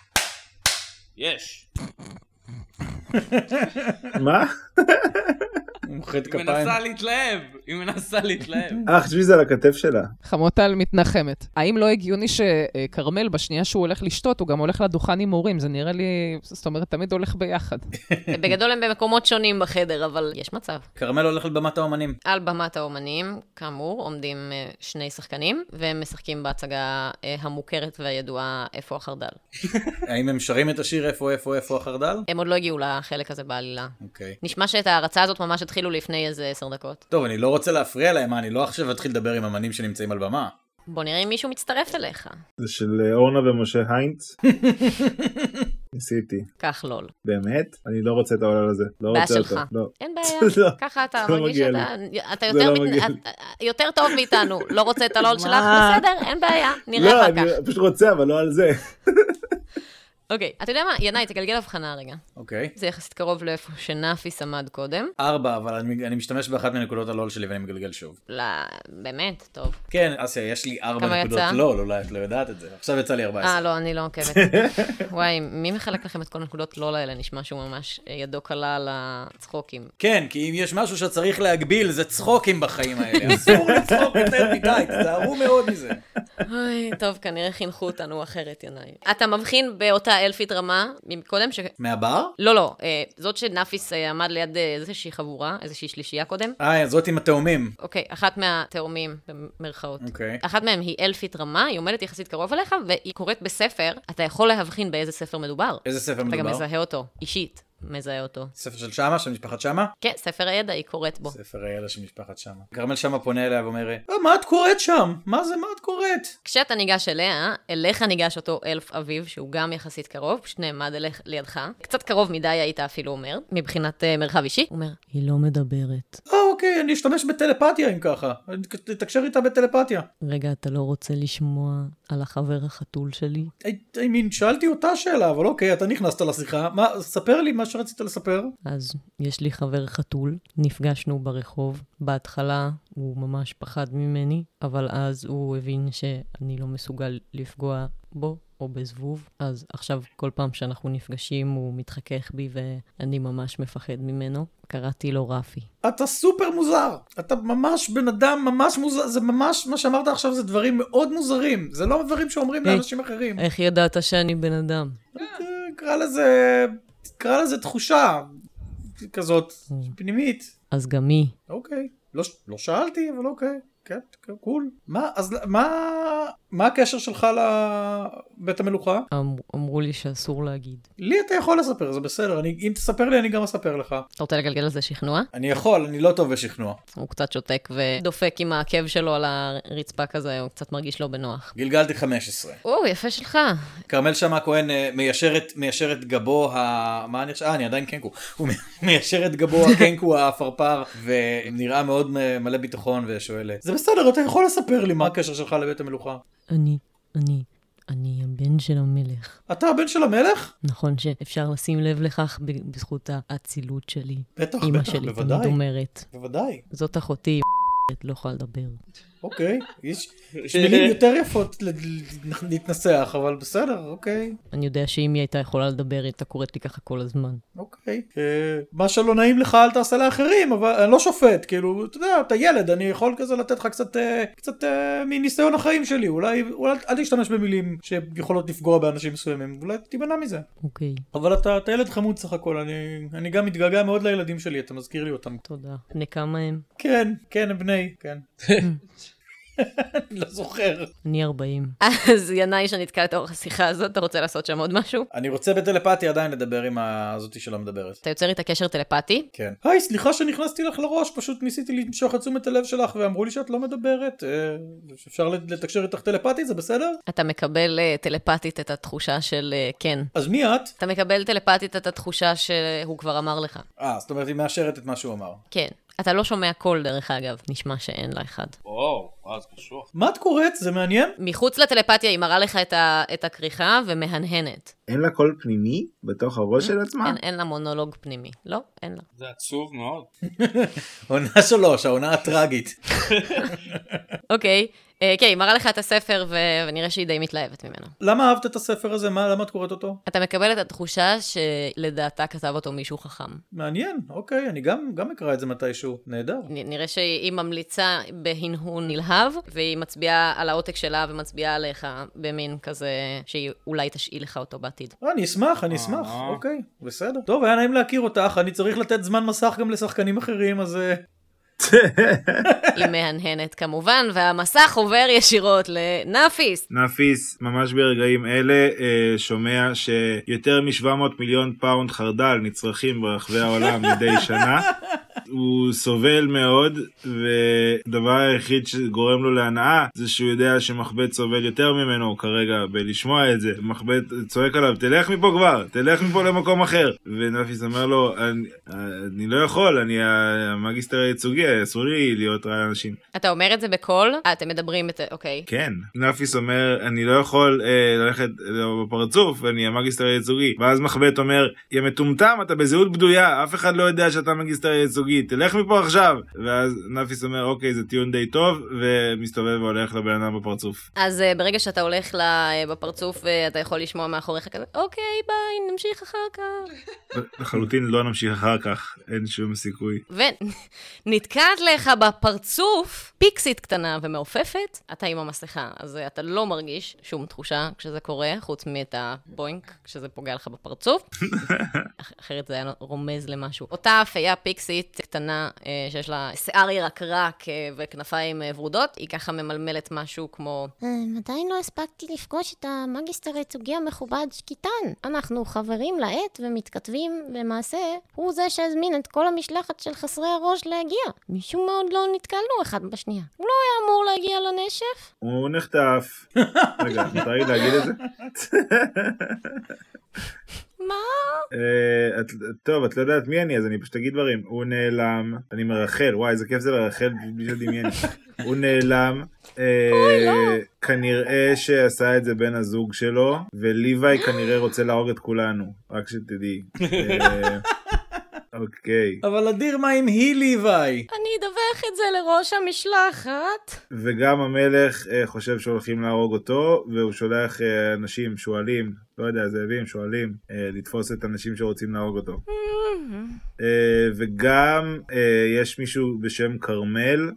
יש. מה? מוחד היא כפיים. מנסה להתלהב. היא מנסה להתלהב. אה, חשבי זה על הכתף שלה. חמוטל מתנחמת. האם לא הגיוני שקרמל בשנייה שהוא הולך לשתות, הוא גם הולך לדוכן עם הורים? זה נראה לי, זאת אומרת, תמיד הולך ביחד. בגדול הם במקומות שונים בחדר, אבל יש מצב. כרמל הולך על במת האומנים. על במת האומנים, כאמור, עומדים שני שחקנים, והם משחקים בהצגה המוכרת והידועה איפה החרדל. האם הם שרים את השיר איפה, איפה, איפה החרדל? הם עוד לא הגיעו לחלק הזה בעלילה. אוקיי. נשמע שאת ההרצאה הזאת ממש התחילו לפני איזה עשר דקות. טוב, אני לא רוצה להפריע להם, אני לא עכשיו אתחיל לדבר עם אמנים שנמצאים על במה. בוא נראה אם מישהו מצטרף אליך. זה של אורנה ומשה היינץ. ניסיתי. כך לול. באמת? אני לא רוצה את העולם הזה. לא בעיה רוצה שלך. אותו. לא. אין בעיה. ככה אתה לא מרגיש מגיע שאתה אתה זה יותר לא מת- מגיע את- יותר טוב מאיתנו. לא רוצה את הלול שלך? בסדר, אין בעיה. לא, נראה אחר אני כך. פשוט רוצה, אבל לא על זה. אוקיי, אתה יודע מה? ינאי, תגלגל הבחנה רגע. אוקיי. זה יחסית קרוב לאיפה שנאפיס עמד קודם. ארבע, אבל אני, אני משתמש באחת מנקודות הלול שלי ואני מגלגל שוב. לא, באמת, טוב. כן, אסיה, יש לי ארבע כמה נקודות יצא? לול, אולי את לא יודעת את זה. עכשיו יצא לי ארבע עשרה. אה, לא, אני לא עוקבת. וואי, מי מחלק לכם את כל הנקודות לא האלה? נשמע שהוא ממש אה, ידו קלה על הצחוקים. כן, כי אם יש משהו שצריך להגביל, זה צחוקים בחיים האלה. אסור לצחוק יותר מדי, תזהרו מאוד מזה. אוי, טוב, כנראה חינכו אותנו אחרת, ינאי. אתה מבחין באותה אלפית רמה מקודם ש... מהבר? לא, לא, אה, זאת שנאפיס אה, עמד ליד אה, איזושהי חבורה, איזושהי שלישייה קודם. אה, זאת עם התאומים. אוקיי, אחת מהתאומים, במרכאות. אוקיי. אחת מהם היא אלפית רמה, היא עומדת יחסית קרוב אליך, והיא קוראת בספר, אתה יכול להבחין באיזה ספר מדובר. איזה ספר אתה גם מדובר? מזהה אותו, אישית מזהה אותו. ספר של שמה, של משפחת שמה? כן, ספר הידע, היא קוראת בו. ספר הידע של משפחת שמה. כרמל שמה פונה אליה ואומר, אה, מה את קוראת שם? מה זה, מה את קוראת? כשאתה ניגש אליה, אליך ניגש אותו אלף אביב, שהוא גם יחסית קרוב, פשוט נעמד אליך לידך. קצת קרוב מדי היית אפילו אומר, מבחינת uh, מרחב אישי. הוא אומר, היא לא מדברת. אה, אוקיי, אני אשתמש בטלפתיה אם ככה. תתקשר איתה בטלפתיה. רגע, אתה לא רוצה לשמוע על החבר החתול שלי? I mean, שאלתי אותה שאלה, אבל אוקיי, אתה נכנסת לשיחה. מה, ספר לי מה שרצית לספר. אז יש לי חבר חתול, נפגשנו ברחוב. בהתחלה הוא ממש פחד ממני, אבל אז הוא הבין שאני לא מסוגל לפגוע בו או בזבוב. אז עכשיו כל פעם שאנחנו נפגשים הוא מתחכך בי ואני ממש מפחד ממנו. קראתי לו רפי. אתה סופר מוזר. אתה ממש בן אדם ממש מוזר. זה ממש, מה שאמרת עכשיו זה דברים מאוד מוזרים. זה לא דברים שאומרים לאנשים אחרים. איך ידעת שאני בן אדם? קרא לזה, קרא לזה תחושה כזאת פנימית. אז גם מי? אוקיי. לא, לא שאלתי, אבל אוקיי. כן, קול. מה, אז מה, מה הקשר שלך לבית המלוכה? אמ, אמרו לי שאסור להגיד. לי אתה יכול לספר, זה בסדר. אני, אם תספר לי, אני גם אספר לך. אתה רוצה לגלגל על זה שכנוע? אני יכול, אני לא טוב בשכנוע. הוא קצת שותק ודופק עם העקב שלו על הרצפה כזה, הוא קצת מרגיש לא בנוח. גלגלתי חמש עשרה. או, יפה שלך. כרמל שמה הכהן מיישר את, מיישר את גבו ה... מה אני חושב? אה, אני עדיין קנקו. הוא מיישר את גבו הקנקו הפרפר, ונראה מאוד מלא ביטחון ושואל, זה בסדר, אתה יכול לספר לי מה הקשר שלך לבית המלוכה? אני, אני, אני הבן של המלך. אתה הבן של המלך? נכון שאפשר לשים לב לכך בזכות האצילות שלי. בטח, אמא בטח, שלי בוודאי. תמיד אומרת. בוודאי. זאת אחותי, לא יכולה לדבר. אוקיי, יש יש מילים יותר יפות ל- להתנסח, אבל בסדר, אוקיי. אני יודע שאם היא הייתה יכולה לדבר, הייתה קוראת לי ככה כל הזמן. אוקיי. אה, מה שלא נעים לך אל תעשה לאחרים, אבל אני לא שופט, כאילו, אתה יודע, אתה ילד, אני יכול כזה לתת לך קצת, אה, קצת אה, מניסיון החיים שלי, אולי, אולי אל תשתמש במילים שיכולות לפגוע באנשים מסוימים, אולי תימנע מזה. אוקיי. אבל אתה, אתה ילד חמוד סך הכל, אני, אני גם מתגעגע מאוד לילדים שלי, אתה מזכיר לי אותם. תודה. בני כמה הם? כן, כן, הם בני, כן. לא זוכר. אני ארבעים. אז ינאי שנתקע את אורך השיחה הזאת, אתה רוצה לעשות שם עוד משהו? אני רוצה בטלפתיה עדיין לדבר עם הזאתי שלא מדברת. אתה יוצר איתה קשר טלפתי? כן. היי, סליחה שנכנסתי לך לראש, פשוט ניסיתי למשוך את תשומת הלב שלך ואמרו לי שאת לא מדברת. אפשר לתקשר איתך טלפתית, זה בסדר? אתה מקבל טלפתית את התחושה של כן. אז מי את? אתה מקבל טלפתית את התחושה שהוא כבר אמר לך. אה, זאת אומרת, היא מאשרת את מה שהוא אמר. כן. אתה לא שומע קול דרך אגב, נשמע שאין לה אחד. וואו, אז קשוח. מה את קוראת? זה מעניין? מחוץ לטלפתיה היא מראה לך את, ה- את הכריכה ומהנהנת. אין לה קול פנימי בתוך הראש של עצמה? אין, אין לה מונולוג פנימי. לא, אין לה. זה עצוב מאוד. עונה שלוש, העונה הטרגית. אוקיי, כן, היא מראה לך את הספר ונראה שהיא די מתלהבת ממנו. למה אהבת את הספר הזה? למה את קוראת אותו? אתה מקבל את התחושה שלדעתה כתב אותו מישהו חכם. מעניין, אוקיי, אני גם, גם אקרא את זה מתישהו. נהדר. נראה שהיא ממליצה בהנהון נלהב, והיא מצביעה על העותק שלה ומצביעה עליך במין כזה שהיא אולי תשאיל לך אותו בעתיד. אני אשמח, אני אשמח, אוקיי, בסדר. טוב, היה נעים להכיר אותך, אני צריך לתת זמן מסך גם לשחקנים אחרים, אז... היא מהנהנת כמובן, והמסך עובר ישירות לנאפיס. נאפיס, ממש ברגעים אלה, שומע שיותר מ-שבע מאות מיליון פאונד חרדל נצרכים ברחבי העולם מדי שנה. הוא סובל מאוד, ודבר היחיד שגורם לו להנאה זה שהוא יודע שמחבט סובל יותר ממנו כרגע בלשמוע את זה. מחבט צועק עליו, תלך מפה כבר, תלך מפה למקום אחר. ונאפיס אומר לו, אני, אני לא יכול, אני המגיסטר הייצוגי, אסור לי להיות רע לאנשים. אתה אומר את זה בקול? אה, אתם מדברים את זה, אוקיי. כן. נאפיס אומר, אני לא יכול אה, ללכת בפרצוף, אני המגיסטר הייצוגי. ואז מחבט אומר, יא מטומטם, אתה בזהות בדויה, אף אחד לא יודע שאתה המגיסטר הייצוגי, תלך מפה עכשיו. ואז נאפיס אומר, אוקיי, זה טיעון די טוב, ומסתובב והולך לבן אדם בפרצוף. אז uh, ברגע שאתה הולך לה, בפרצוף, אתה יכול לשמוע מאחוריך כזה, אוקיי, ביי, נמשיך אחר כך. לחלוטין לא נמשיך אחר כך, אין שום סיכוי. ונתקעת לך בפרצוף פיקסית קטנה ומעופפת, אתה עם המסכה, אז uh, אתה לא מרגיש שום תחושה כשזה קורה, חוץ מאת הבוינק, כשזה פוגע לך בפרצוף. אחרת זה היה רומז למשהו. אותה אפייה פיקסית קטנה שיש לה שיער ירקרק וכנפיים ורודות, היא ככה ממלמלת משהו כמו עדיין לא הספקתי לפגוש את המגיסטר הייצוגי המכובד שקיטן. אנחנו חברים לעת ומתכתבים, למעשה הוא זה שהזמין את כל המשלחת של חסרי הראש להגיע. משום מה עוד לא נתקלנו אחד בשנייה. הוא לא היה אמור להגיע לנשף? הוא נחטף. רגע, מותר לי להגיד את זה? מה? טוב, את לא יודעת מי אני, אז אני פשוט אגיד דברים. הוא נעלם, אני מרחל, וואי, איזה כיף זה לרחל בלי שדמיין. הוא נעלם, כנראה שעשה את זה בן הזוג שלו, וליווי כנראה רוצה להרוג את כולנו, רק שתדעי. אוקיי. אבל אדיר, מה עם היא ליווי? אני אדווח את זה לראש המשלחת. וגם המלך אה, חושב שהולכים להרוג אותו, והוא שולח אה, אנשים, שואלים, לא יודע, זאבים, שואלים, אה, לתפוס את אנשים שרוצים להרוג אותו. אה, וגם אה, יש מישהו בשם קרמל,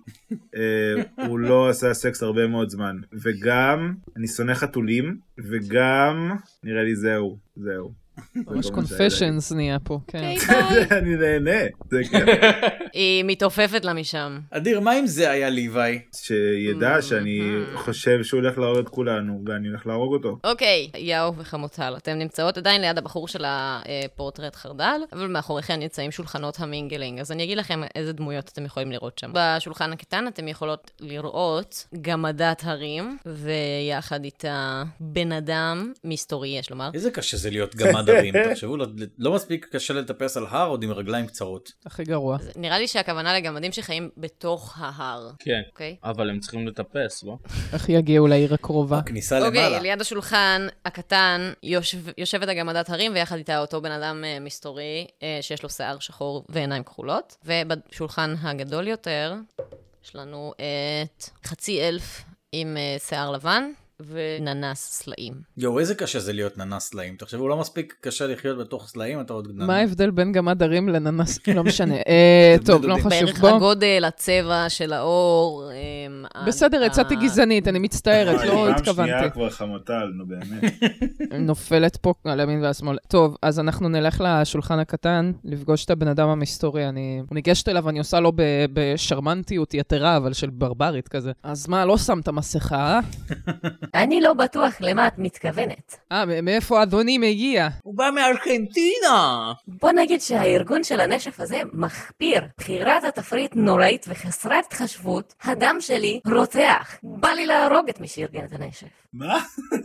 אה, הוא לא עשה סקס הרבה מאוד זמן. וגם, אני שונא חתולים, וגם, נראה לי זהו, זהו. ממש קונפשנס נהיה פה, כן. אני נהנה, זה כן. היא מתעופפת לה משם. אדיר, מה אם זה היה ליווי? שידע שאני חושב שהוא הולך להרוג את כולנו, ואני הולך להרוג אותו. אוקיי, יאו וחמוטל, אתם נמצאות עדיין ליד הבחור של הפורטרט חרדל, אבל מאחוריכם נמצאים שולחנות המינגלינג, אז אני אגיד לכם איזה דמויות אתם יכולים לראות שם. בשולחן הקטן אתם יכולות לראות גמדת הרים, ויחד איתה בן אדם מסתורי, יש לומר. איזה קשה זה להיות גמד הרים, תחשבו, לא, לא מספיק קשה לטפס על הר עוד עם רגליים קצרות. הכי גרוע. נראה לי שהכוונה לגמדים שחיים בתוך ההר. כן, okay? אבל הם צריכים לטפס, לא? איך יגיעו לעיר הקרובה? הכניסה למעלה. אוקיי, ליד השולחן הקטן יושב, יושבת הגמדת הרים, ויחד איתה אותו בן אדם מסתורי, שיש לו שיער שחור ועיניים כחולות. ובשולחן הגדול יותר, יש לנו את חצי אלף עם שיער לבן. וננס סלעים. יו, איזה קשה זה להיות ננס סלעים. תחשבו, לא מספיק קשה לחיות בתוך סלעים, אתה עוד ננס. מה ההבדל בין גמד הרים לננס? לא משנה. טוב, לא חשוב. בערך הגודל, הצבע של האור. בסדר, יצאתי גזענית, אני מצטערת, לא התכוונתי. פעם שנייה כבר חמוטל, נו באמת. נופלת פה על ימין ועל שמאל. טוב, אז אנחנו נלך לשולחן הקטן, לפגוש את הבן אדם המסתורי. אני ניגשת אליו, אני עושה לו בשרמנטיות יתרה, אבל של ברברית כזה. אז מה, לא שמת מסכה, אני לא בטוח למה את מתכוונת. אה, מאיפה אדוני מגיע? הוא בא מארגנטינה. בוא נגיד שהארגון של הנשף הזה מחפיר. בחירת התפריט נוראית וחסרת התחשבות. הדם שלי רותח. בא לי להרוג את מי שארגן את הנשף. מה?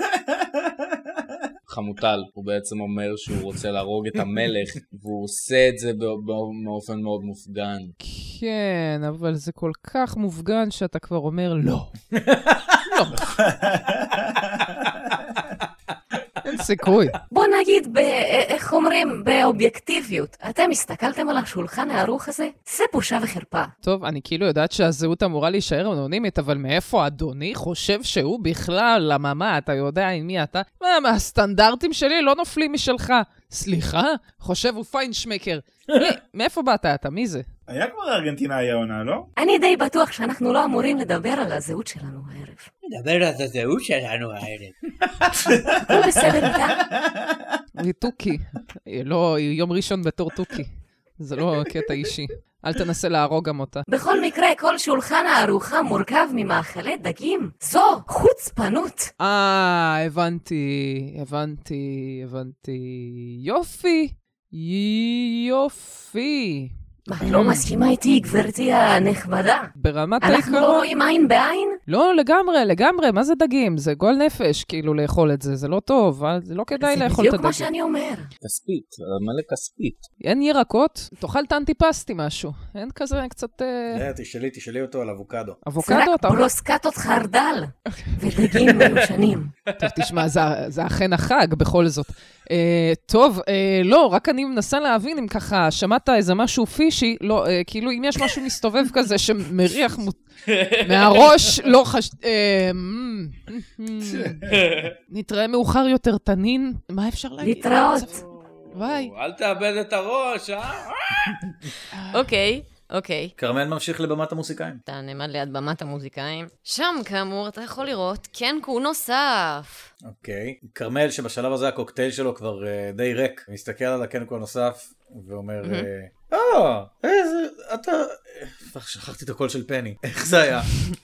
חמוטל, הוא בעצם אומר שהוא רוצה להרוג את המלך, והוא עושה את זה באופן מאוד מופגן. כן, אבל זה כל כך מופגן שאתה כבר אומר לא. לא. אין סיכוי. בוא נגיד, ב- איך אומרים, באובייקטיביות. אתם הסתכלתם על השולחן הערוך הזה? זה בושה וחרפה. טוב, אני כאילו יודעת שהזהות אמורה להישאר אנונימית, אבל מאיפה אדוני חושב שהוא בכלל? למה מה? אתה יודע עם מי אתה? מה, מה, הסטנדרטים שלי לא נופלים משלך. סליחה? חושב הוא פיינשמקר. מי, מאיפה באת אתה? מי זה? היה כבר ארגנטינאי העונה, לא? אני די בטוח שאנחנו לא אמורים לדבר על הזהות שלנו הערב. נדבר על הזהות שלנו הערב. לא בסדר איתה? היא טוקי. לא, יום ראשון בתור טוקי. זה לא קטע אישי. אל תנסה להרוג גם אותה. בכל מקרה, כל שולחן הארוחה מורכב ממאכלי דגים. זו חוצפנות. אה, הבנתי, הבנתי, הבנתי. יופי, יופי. מה, לא מסכימה איתי, גברתי הנכבדה? ברמת אנחנו לא רואים עין בעין? לא, לגמרי, לגמרי. מה זה דגים? זה גול נפש, כאילו, לאכול את זה. זה לא טוב, זה לא כדאי לאכול את זה בדיוק הדגים. מה שאני אומר. כספית, מלא כספית. אין ירקות? תאכל את האנטיפסטי משהו. אין כזה קצת... זה, תשאלי, תשאלי אותו על אבוקדו. זה אבוקדו? רק בלוסקטות חרדל. ודגים מיושנים. טוב, תשמע, זה, זה אכן החג בכל זאת. אה, טוב, אה, לא, רק אני מנסה להבין אם ככה שמעת איזה משהו פישי, לא, אה, כאילו אם יש משהו מסתובב כזה שמריח מ... מהראש, לא חש... אה, נתראה מאוחר יותר, תנין. מה אפשר להגיד? להתראות. ביי. אל תאבד את הראש, אה? אוקיי. אוקיי. כרמל ממשיך לבמת המוסיקאים. אתה נעמד ליד במת המוזיקאים. שם, כאמור, אתה יכול לראות קנקו נוסף. אוקיי. כרמל, שבשלב הזה הקוקטייל שלו כבר uh, די ריק, מסתכל על הקנקו הנוסף, ואומר, אה, אה, איזה, אתה... אה, שכחתי את הקול של פני. איך זה היה?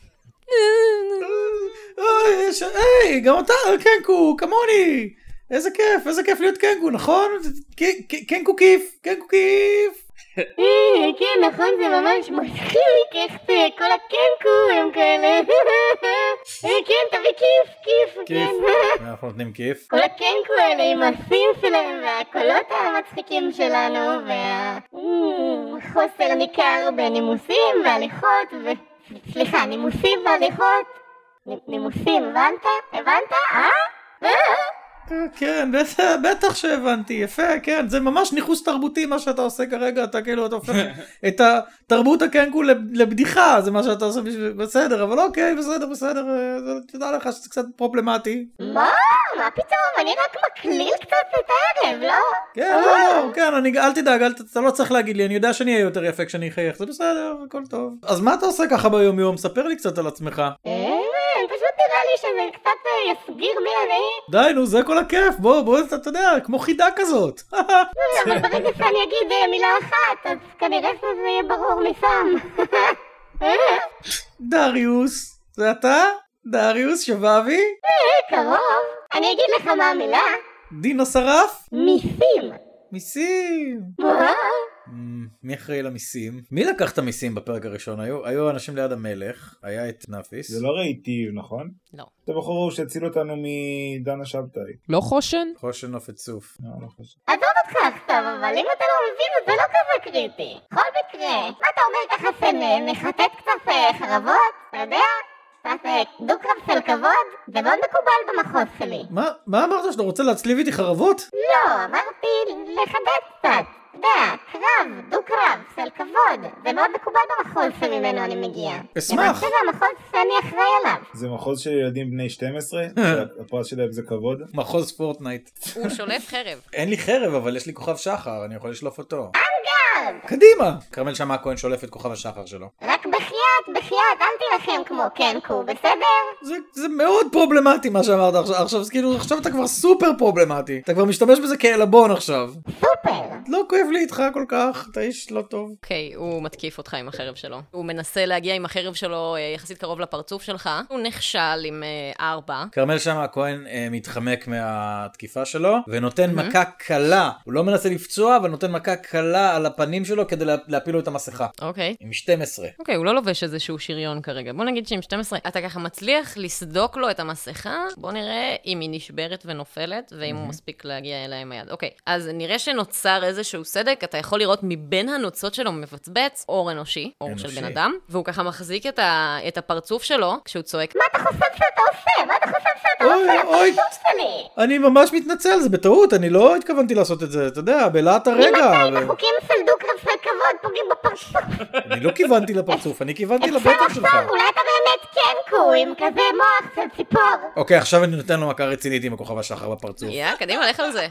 היי, גם אתה, קנקו, כמוני. איזה כיף, איזה כיף להיות קנקו, נכון? קנקו כיף, קנקו כיף. כן, נכון, זה ממש מצחיק, איך זה, כל הקנקו הם כאלה. כן, תביא כיף, כיף, כיף, כן. אנחנו נותנים כיף. כל הקנקו האלה עם הסים שלהם והקולות המצחיקים שלנו והחוסר ניכר בנימוסים והליכות ו... סליחה, נימוסים והליכות. נימוסים, הבנת? הבנת? אה? כן, בטח שהבנתי, יפה, כן, זה ממש ניחוס תרבותי מה שאתה עושה כרגע, אתה כאילו, אתה הופך את התרבות הקנקו לבדיחה, זה מה שאתה עושה, בסדר, אבל אוקיי, בסדר, בסדר, תדע לך שזה קצת פרובלמטי. מה? מה פתאום? אני רק מקליל קצת את הערב, לא? כן, לא, לא, כן, אל תדאג, אתה לא צריך להגיד לי, אני יודע שאני אהיה יותר יפה כשאני אחייך, זה בסדר, הכל טוב. אז מה אתה עושה ככה ביום יום? ספר לי קצת על עצמך. אין, פשוט נראה לי שזה קצת יסגיר מי אני. די, נו, זה כל הכיף, בוא, בוא, אתה יודע, כמו חידה כזאת. אבל ברגע שאני אגיד מילה אחת, אז כנראה שזה יהיה ברור מסם. דריוס, זה אתה? דריוס שבבי? קרוב. אני אגיד לך מה המילה. דינו שרף? מיסים. מיסים. מה? מי אחראי למיסים? מי לקח את המיסים בפרק הראשון? היו, היו אנשים ליד המלך, היה את נאפיס. זה לא ראיתי, נכון? לא. זה בחור שהציל אותנו מדנה שבתאי. לא חושן? חושן נופת סוף. לא, לא חושב. עזוב אותך עכשיו, אבל אם אתה לא מבין אז זה לא כזה קריטי. בכל מקרה, מה אתה אומר ככה שנחטט קצת חרבות? אתה יודע? קצת דו-קרב של כבוד? זה מאוד מקובל במחוז שלי. מה? מה אמרת? שאתה רוצה להצליב איתי חרבות? לא, אמרתי לחדש קצת. אתה יודע, קרב, דו-קרב של כבוד. זה מאוד מקובל במחוז שממנו אני מגיע. אשמח. זה המחוז שאני אחראי עליו. זה מחוז של ילדים בני שתים עשרה? הפרס שלהם זה כבוד? מחוז פורטנייט. הוא שולף חרב. אין לי חרב, אבל יש לי כוכב שחר, אני יכול לשלוף אותו. אנגל! קדימה! כרמל שמע הכהן שולף את כוכב השחר שלו. רק בחייאת, בחייאת, אל תילחם כמו קנקו, בסדר? זה, זה מאוד פרובלמטי מה שאמרת עכשיו, עכשיו, כאילו, עכשיו אתה כבר סופר פרובלמטי. אתה כבר משתמש בזה כאלבון עכשיו. סופר! לא כואב לי איתך כל כך, אתה איש לא טוב. אוקיי, הוא מתקיף אותך עם החרב שלו. הוא מנסה להגיע עם החרב שלו יחסית קרוב לפרצוף שלך. הוא נכשל עם ארבע. כרמל שמע הכהן אה, מתחמק מהתקיפה שלו, ונותן mm-hmm. מכה קלה. הוא לא מנסה לפצוע, אבל נותן מכה קלה על הפנים שלו כדי לה, להפיל לו את המסכה. אוקיי. עם שתים עשרה. אוקיי, הוא הוא לא לובש איזשהו שריון כרגע. בוא נגיד שעם שתים עשרה, אתה ככה מצליח לסדוק לו את המסכה, בוא נראה אם היא נשברת ונופלת, ואם הוא מספיק להגיע אליה עם היד. אוקיי, אז נראה שנוצר איזשהו סדק, אתה יכול לראות מבין הנוצות שלו מבצבץ אור אנושי, אור של בן אדם, והוא ככה מחזיק את, ה... את הפרצוף שלו, כשהוא צועק, מה אתה חושב שאתה עושה? מה אתה חושב שאתה עושה? אוי, אוי, אני ממש מתנצל, זה בטעות, אני לא התכוונתי לעשות את זה, אתה יודע, בלעת הרגע. ממתי בחוקים סלדוק רפי כבוד פוגעים בפרצוף? אני לא כיוונתי לפרצוף, אני כיוונתי לבטן שלך. עכשיו, אולי אתה באמת קנקו עם כזה מוח של ציפור. אוקיי, עכשיו אני נותן לו מכה רצינית עם הכוכב השחר בפרצוף. יא, קדימה, לך על זה.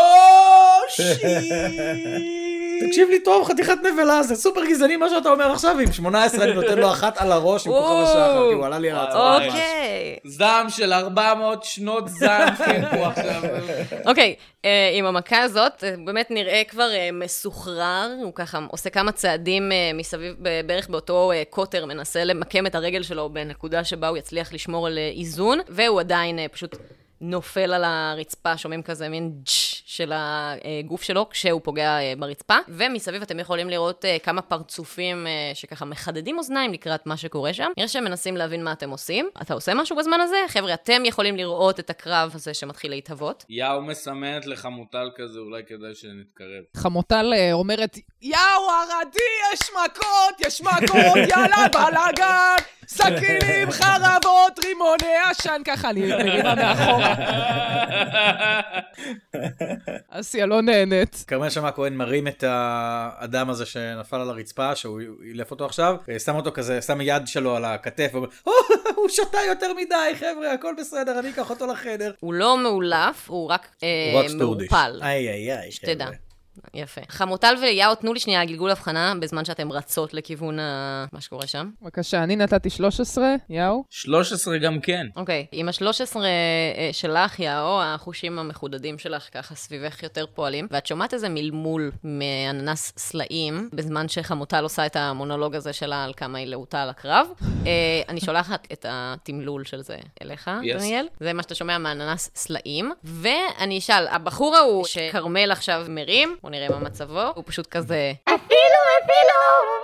תקשיב לי טוב, חתיכת נבלה, זה סופר גזעני מה שאתה אומר עכשיו, עם שמונה עשרה אני נותן לו אחת על הראש עם כוכב השחר, כי הוא עלה לי על העצמה. אוקיי. זעם של ארבע מאות שנות זעם קנקו עכשיו. אוקיי, עם המכה הזאת, באמת נראה כבר מסוחרר, הוא ככה עושה כמה צעדים מסביב, בערך באותו קוטר, מנסה למקם את הרגל שלו בנקודה שבה הוא יצליח לשמור על איזון, והוא עדיין פשוט נופל על הרצפה, שומעים כזה מין ג'ש של הגוף שלו כשהוא פוגע ברצפה, ומסביב אתם יכולים לראות כמה פרצופים שככה מחדדים אוזניים לקראת מה שקורה שם. נראה שהם מנסים להבין מה אתם עושים. אתה עושה משהו בזמן הזה? חבר'ה, אתם יכולים לראות את הקרב הזה שמתחיל להתהוות. יאו מסמנת לחמוטל כזה, אולי כדאי שנתקרב. חמוטל אומרת, יאו ערדי, יש מכות, יש מכות, יאללה בלגן, סכינים, חרבות, רימוני עשן, ככה לי מרימה מאחורה. אסיה לא נהנית. כרמל שאמה הכהן מרים את האדם הזה שנפל על הרצפה, שהוא ילף אותו עכשיו, שם אותו כזה, שם יד שלו על הכתף, ואומר, הוא שתה יותר מדי, חבר'ה, הכל בסדר, אני אקח אותו לחדר. הוא לא מאולף, הוא רק מעורפל. איי איי איי. שתדע. יפה. חמוטל ויאו, תנו לי שנייה גלגול הבחנה בזמן שאתם רצות לכיוון מה שקורה שם. בבקשה, אני נתתי שלוש עשרה, יאו. שלוש עשרה גם כן. אוקיי, עם ה-שלוש עשרה שלך, יאו, החושים המחודדים שלך ככה סביבך יותר פועלים, ואת שומעת איזה מלמול מאננס סלעים, בזמן שחמוטל עושה את המונולוג הזה שלה על כמה היא להוטה על הקרב. אני שולחת את התמלול של זה אליך, דניאל. זה מה שאתה שומע מאננס סלעים. ואני אשאל, הבחור ההוא שכרמל עכשיו מרים, בוא נראה מה מצבו, הוא פשוט כזה... אפילו, אפילו...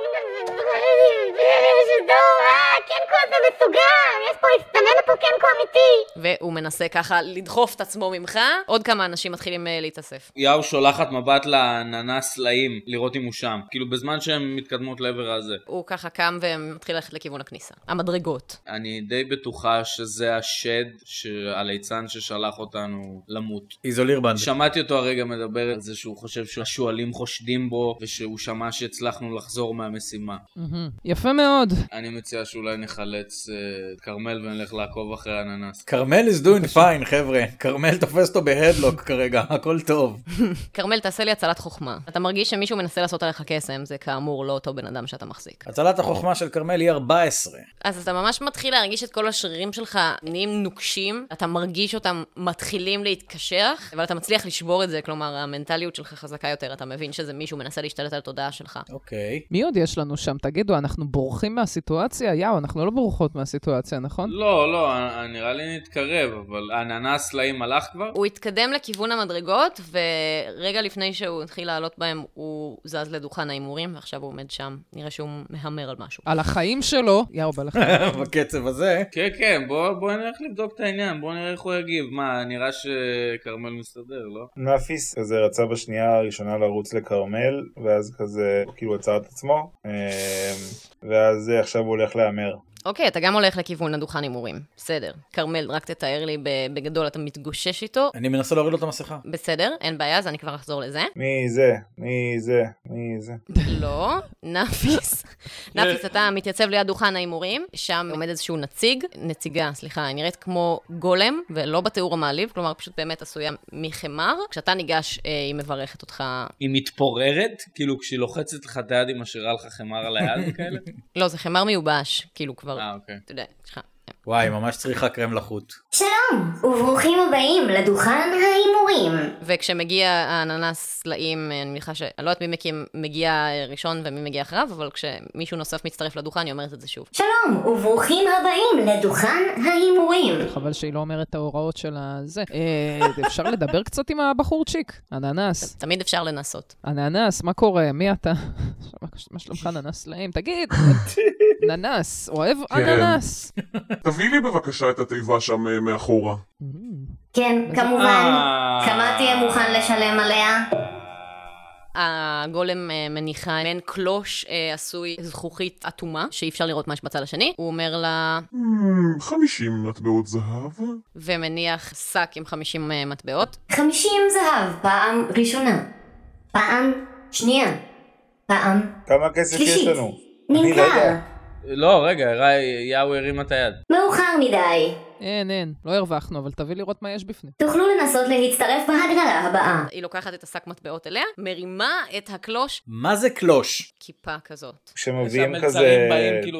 קנקו הזה מסוגר, יש פה, הסתנן פה קנקו אמיתי. והוא מנסה ככה לדחוף את עצמו ממך, עוד כמה אנשים מתחילים להתאסף. יאו שולחת מבט לעננה סלעים, לראות אם הוא שם, כאילו בזמן שהן מתקדמות לעבר הזה. הוא ככה קם ומתחיל ללכת לכיוון הכניסה, המדרגות. אני די בטוחה שזה השד הליצן ששלח אותנו למות. איזוליר בנד. שמעתי אותו הרגע מדבר על זה שהוא חושב שהשואלים חושדים בו, ושהוא שמע שהצלחנו לחזור מהמשימה. יפה מאוד. אני מציע שאולי נחלץ את קרמל ונלך לעקוב אחרי הננס. קרמל is doing fine, חבר'ה. קרמל תופס אותו בהדלוק כרגע, הכל טוב. קרמל, תעשה לי הצלת חוכמה. אתה מרגיש שמישהו מנסה לעשות עליך קסם, זה כאמור לא אותו בן אדם שאתה מחזיק. הצלת החוכמה של קרמל היא ארבע עשרה. אז אתה ממש מתחיל להרגיש את כל השרירים שלך נהיים נוקשים, אתה מרגיש אותם מתחילים להתקשח, אבל אתה מצליח לשבור את זה, כלומר, המנטליות שלך חזקה יותר, אתה מבין שזה מישהו מנסה להשתלט על התודעה שלך. אוקיי. מי עוד יש לנו שם? תגידו, אנחנו בורחים מהסיטואציה? יאו, אנחנו לא בורחות מהסיטואציה, נכון? לא, לא, נראה לי נתקרב, אבל הננס סלעים הלך כבר? הוא התקדם לכיוון המדרגות, ורגע לפני שהוא התחיל לעלות בהם, הוא זז לדוכן האימורים, ועכשיו הוא עומד שם. נראה שהוא מהמר על משהו. על החיים שלו, יאו, בלחיים. בקצב הזה. כן, כן, בוא, בוא נלך לבדוק את העניין, בוא נראה איך הוא יגיב. מה, נראה שקרמל מסתדר, לא? נאפיס כזה רצה בשנייה הראשונה לרוץ לקרמל, ואז כזה, כאילו עצר את עצמו, ואז עכשיו הוא הולך להמר. אוקיי, אתה גם הולך לכיוון הדוכן הימורים. בסדר. קרמל, רק תתאר לי בגדול, אתה מתגושש איתו. אני מנסה להוריד לו את המסכה. בסדר, אין בעיה, אז אני כבר אחזור לזה. מי זה? מי זה? מי זה? לא, נאפיס. נאפיס, אתה מתייצב ליד דוכן ההימורים, שם עומד איזשהו נציג, נציגה, סליחה, היא נראית כמו גולם, ולא בתיאור המעליב, כלומר, פשוט באמת עשויה מחמר. כשאתה ניגש, היא מברכת אותך. היא מתפוררת? כאילו, כשהיא לוחצת לך את היד, היא משאירה לך חמר על היד כאלה? לא, זה חמר מיובש, כאילו כבר. אה, אוקיי. אתה יודע, סליחה. וואי, ממש צריכה קרם לחוט. שלום, וברוכים הבאים לדוכן ההימורים. וכשמגיע האננס סלעים, אני מניחה ש... אני לא יודעת מי מגיע ראשון ומי מגיע אחריו, אבל כשמישהו נוסף מצטרף לדוכן, אני אומרת את זה שוב. שלום, וברוכים הבאים לדוכן ההימורים. חבל שהיא לא אומרת את ההוראות של הזה. אפשר לדבר קצת עם הבחורצ'יק? אננס. תמיד אפשר לנסות. אננס, מה קורה? מי אתה? מה שלומך אננס סלעים? תגיד, אננס, אוהב אננס. תביא לי בבקשה את התיבה שם מאחורה. כן, כמובן. כמה תהיה מוכן לשלם עליה? הגולם מניחה מעין קלוש עשוי זכוכית אטומה, שאי אפשר לראות מה יש בצד השני. הוא אומר לה... חמישים מטבעות זהב. ומניח שק עם חמישים מטבעות. חמישים זהב, פעם ראשונה. פעם שנייה. פעם כמה כסף יש לנו? נמכר. לא, רגע, יאו הרימה את היד. מאוחר מדי. אין, אין, לא הרווחנו, אבל תביא לראות מה יש בפנים. תוכלו לנסות להצטרף בהגרלה הבאה. היא לוקחת את השק מטבעות אליה, מרימה את הקלוש. מה זה קלוש? כיפה כזאת. כשמביאים כזה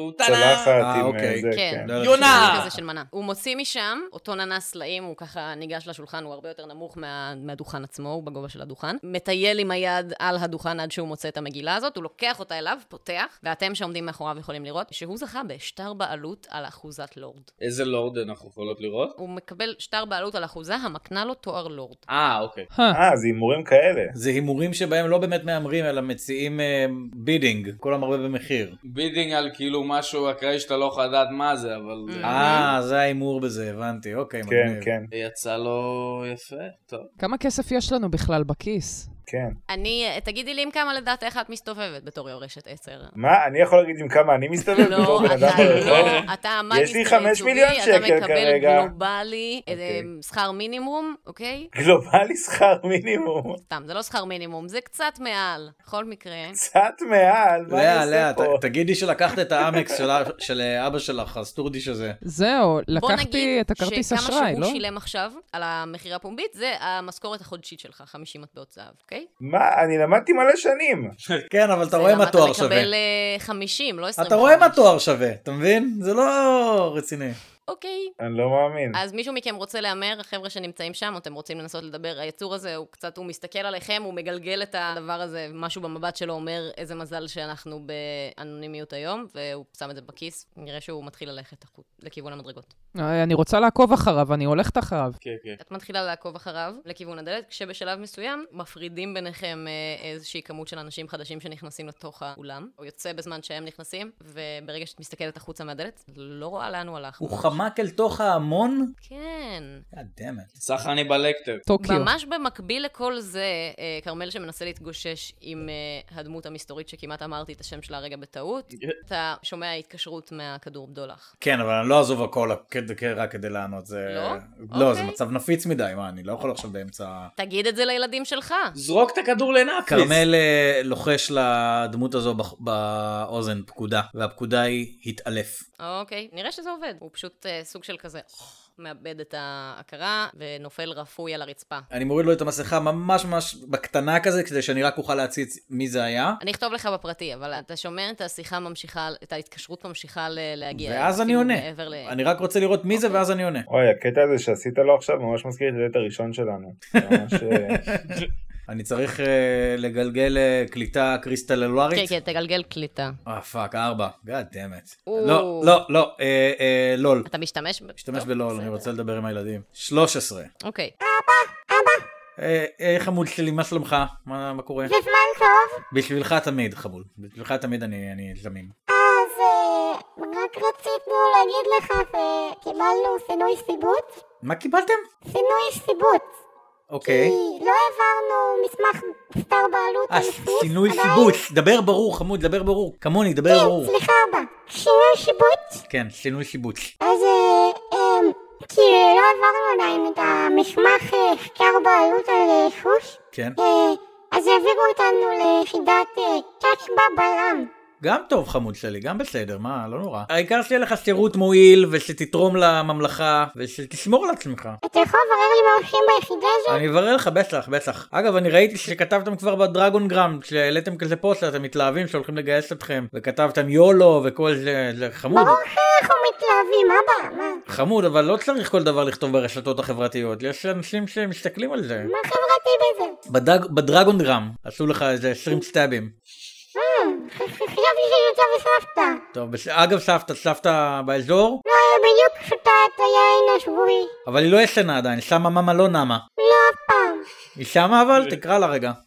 צלחת עם זה, כן. יונה! כזה של מנה. הוא מוציא משם, אותו ננס סלעים, הוא ככה ניגש לשולחן, הוא הרבה יותר נמוך מהדוכן עצמו, הוא בגובה של הדוכן. מטייל עם היד על הדוכן עד שהוא מוצא את המגילה הזאת, הוא לוקח אותה אליו, פותח, ואתם שעומדים מאחוריו יכולים לראות שהוא זכה בשטר בעלות על אחוזת לורד. איזה לורד אנחנו יכולות לראות? הוא מקבל שטר בעלות על אחוזה המקנה לו תואר לורד. אה, אוקיי. אה, זה הימורים כאלה. זה הימורים שבהם לא באמת מאמרים, אלא מציעים בידינג, כל המרבה במחיר. בידינג על כאילו משהו אקראי שאתה לא יכול לדעת מה זה, אבל... אה, זה ההימור בזה, הבנתי, אוקיי, מגניב. כן, כן. יצא לו יפה, טוב. כמה כסף יש לנו בכלל בכיס? כן. אני, תגידי לי עם כמה לדעת איך את מסתובבת בתור יורשת עשר. מה? אני יכול להגיד עם כמה אני מסתובב? לא, אתה לא. אתה יש לי חמש מיליון שקל כרגע. אתה מקבל גלובלי, שכר מינימום, אוקיי? גלובלי שכר מינימום. סתם, זה לא שכר מינימום, זה קצת מעל, בכל מקרה. קצת מעל? מה לאה, אני לאה, עושה פה? תגידי שלקחת את האמקס של אבא שלך, הסטורדיש הזה. זהו, לקחתי את הכרטיס אשראי, לא? בוא נגיד שכמה שהוא שילם עכשיו על המחירה הפומבית, זה המשכורת החודשית שלך, חמישים מטבעות זהב, אוקיי? מה? אני למדתי מלא שנים. כן, אבל אתה רואה מה תואר שווה. אתה מקבל חמישים, לא עשרים וחמש. אתה רואה מה תואר שווה, אתה מבין? זה לא רציני. אוקיי. אני לא מאמין. אז מישהו מכם רוצה לאמר, החבר'ה שנמצאים שם, או אתם רוצים לנסות לדבר, היצור הזה הוא קצת, הוא מסתכל עליכם, הוא מגלגל את הדבר הזה, משהו במבט שלו אומר איזה מזל שאנחנו באנונימיות היום, והוא שם את זה בכיס, נראה שהוא מתחיל ללכת לכיוון המדרגות. אני רוצה לעקוב אחריו, אני הולכת אחריו. כן, כן. את מתחילה לעקוב אחריו לכיוון הדלת, כשבשלב מסוים מפרידים ביניכם איזושהי כמות של אנשים חדשים שנכנסים לתוך האולם, או יוצא בזמן שהם נכנסים, וברגע שאת מסתכלת החוצה מהדלת, לא רואה לאן הוא הלך. הוא חמק אל תוך ההמון? כן. God damn it. סך אני בלקטר. טוקיו. ממש במקביל לכל זה, קרמל שמנסה להתגושש עם הדמות המסתורית שכמעט אמרתי את השם שלה רגע בטעות, אתה שומע התקשרות מהכדור בדולח. כן, אבל אני לא אעזוב הכל רק כדי לענות. לא? לא, זה מצב נפיץ מדי, מה, אני לא יכול עכשיו באמצע... תגיד את זה לילדים שלך. זרוק את הכדור לנאפיס. קרמל לוחש לדמות הזו באוזן פקודה, והפקודה היא התעלף. אוקיי, נראה שזה עובד. הוא פשוט סוג של כזה... מאבד את ההכרה ונופל רפוי על הרצפה. אני מוריד לו את המסכה ממש ממש בקטנה כזה, כדי שאני רק אוכל להציץ מי זה היה. אני אכתוב לך בפרטי, אבל אתה שומע את השיחה ממשיכה, את ההתקשרות ממשיכה להגיע. ואז אני עונה. אני רק רוצה לראות מי זה ואז אני עונה. אוי, הקטע הזה שעשית לו עכשיו ממש מזכיר את הדלת הראשון שלנו. ממש... אני צריך לגלגל קליטה קריסטלולרית? כן, כן, תגלגל קליטה. אה, פאק, ארבע. God damn it. לא, לא, לא, לול. אתה משתמש? משתמש בלול, אני רוצה לדבר עם הילדים. שלוש עשרה. אוקיי. אבא, אבא. היי חמוד שלי, מה שלומך? מה קורה? זה זמן טוב. בשבילך תמיד, חמוד. בשבילך תמיד אני זמין. אז רק רצינו להגיד לך וקיבלנו סינוי סיבוט. מה קיבלתם? סינוי סיבוט. אוקיי. כי לא העברנו מסמך שטר בעלות על סוס. שינוי שיבוט, דבר ברור חמוד, דבר ברור. כמוני, דבר ברור. כן, סליחה אבא. שינוי שיבוט? כן, שינוי שיבוט. אז כי לא העברנו עדיין את המסמך שטר בעלות על סוס. כן. אז העבירו אותנו ליחידת קצ'בה בלם. גם טוב חמוד שלי, גם בסדר, מה, לא נורא. העיקר שיהיה לך שירות מועיל ושתתרום לממלכה ושתשמור על עצמך. אתה יכול לברר לי מה עושים ביחידה הזאת? אני אברר לך, בטח, בטח. אגב, אני ראיתי שכתבתם כבר בדרגון גרם, כשהעליתם כזה פוסט, אתם מתלהבים שהולכים לגייס אתכם, וכתבתם יולו וכל זה, זה חמוד. ברור שאנחנו מתלהבים אוהבים, אבא, מה? חמוד, אבל לא צריך כל דבר לכתוב ברשתות החברתיות. יש אנשים שמסתכלים על זה. מה חברתי בזה? בדג, בדרגון דרם, עשו לך איזה עשרים סטאבים. אה, חשבתי שיוצא וסבתא. טוב, בש... אגב סבתא, סבתא באזור? לא, היא בדיוק שותה את היין השבועי. אבל היא לא ישנה עדיין, שמה מאמה לא נמה. לא אף פעם. היא שמה אבל? תקרא לה רגע.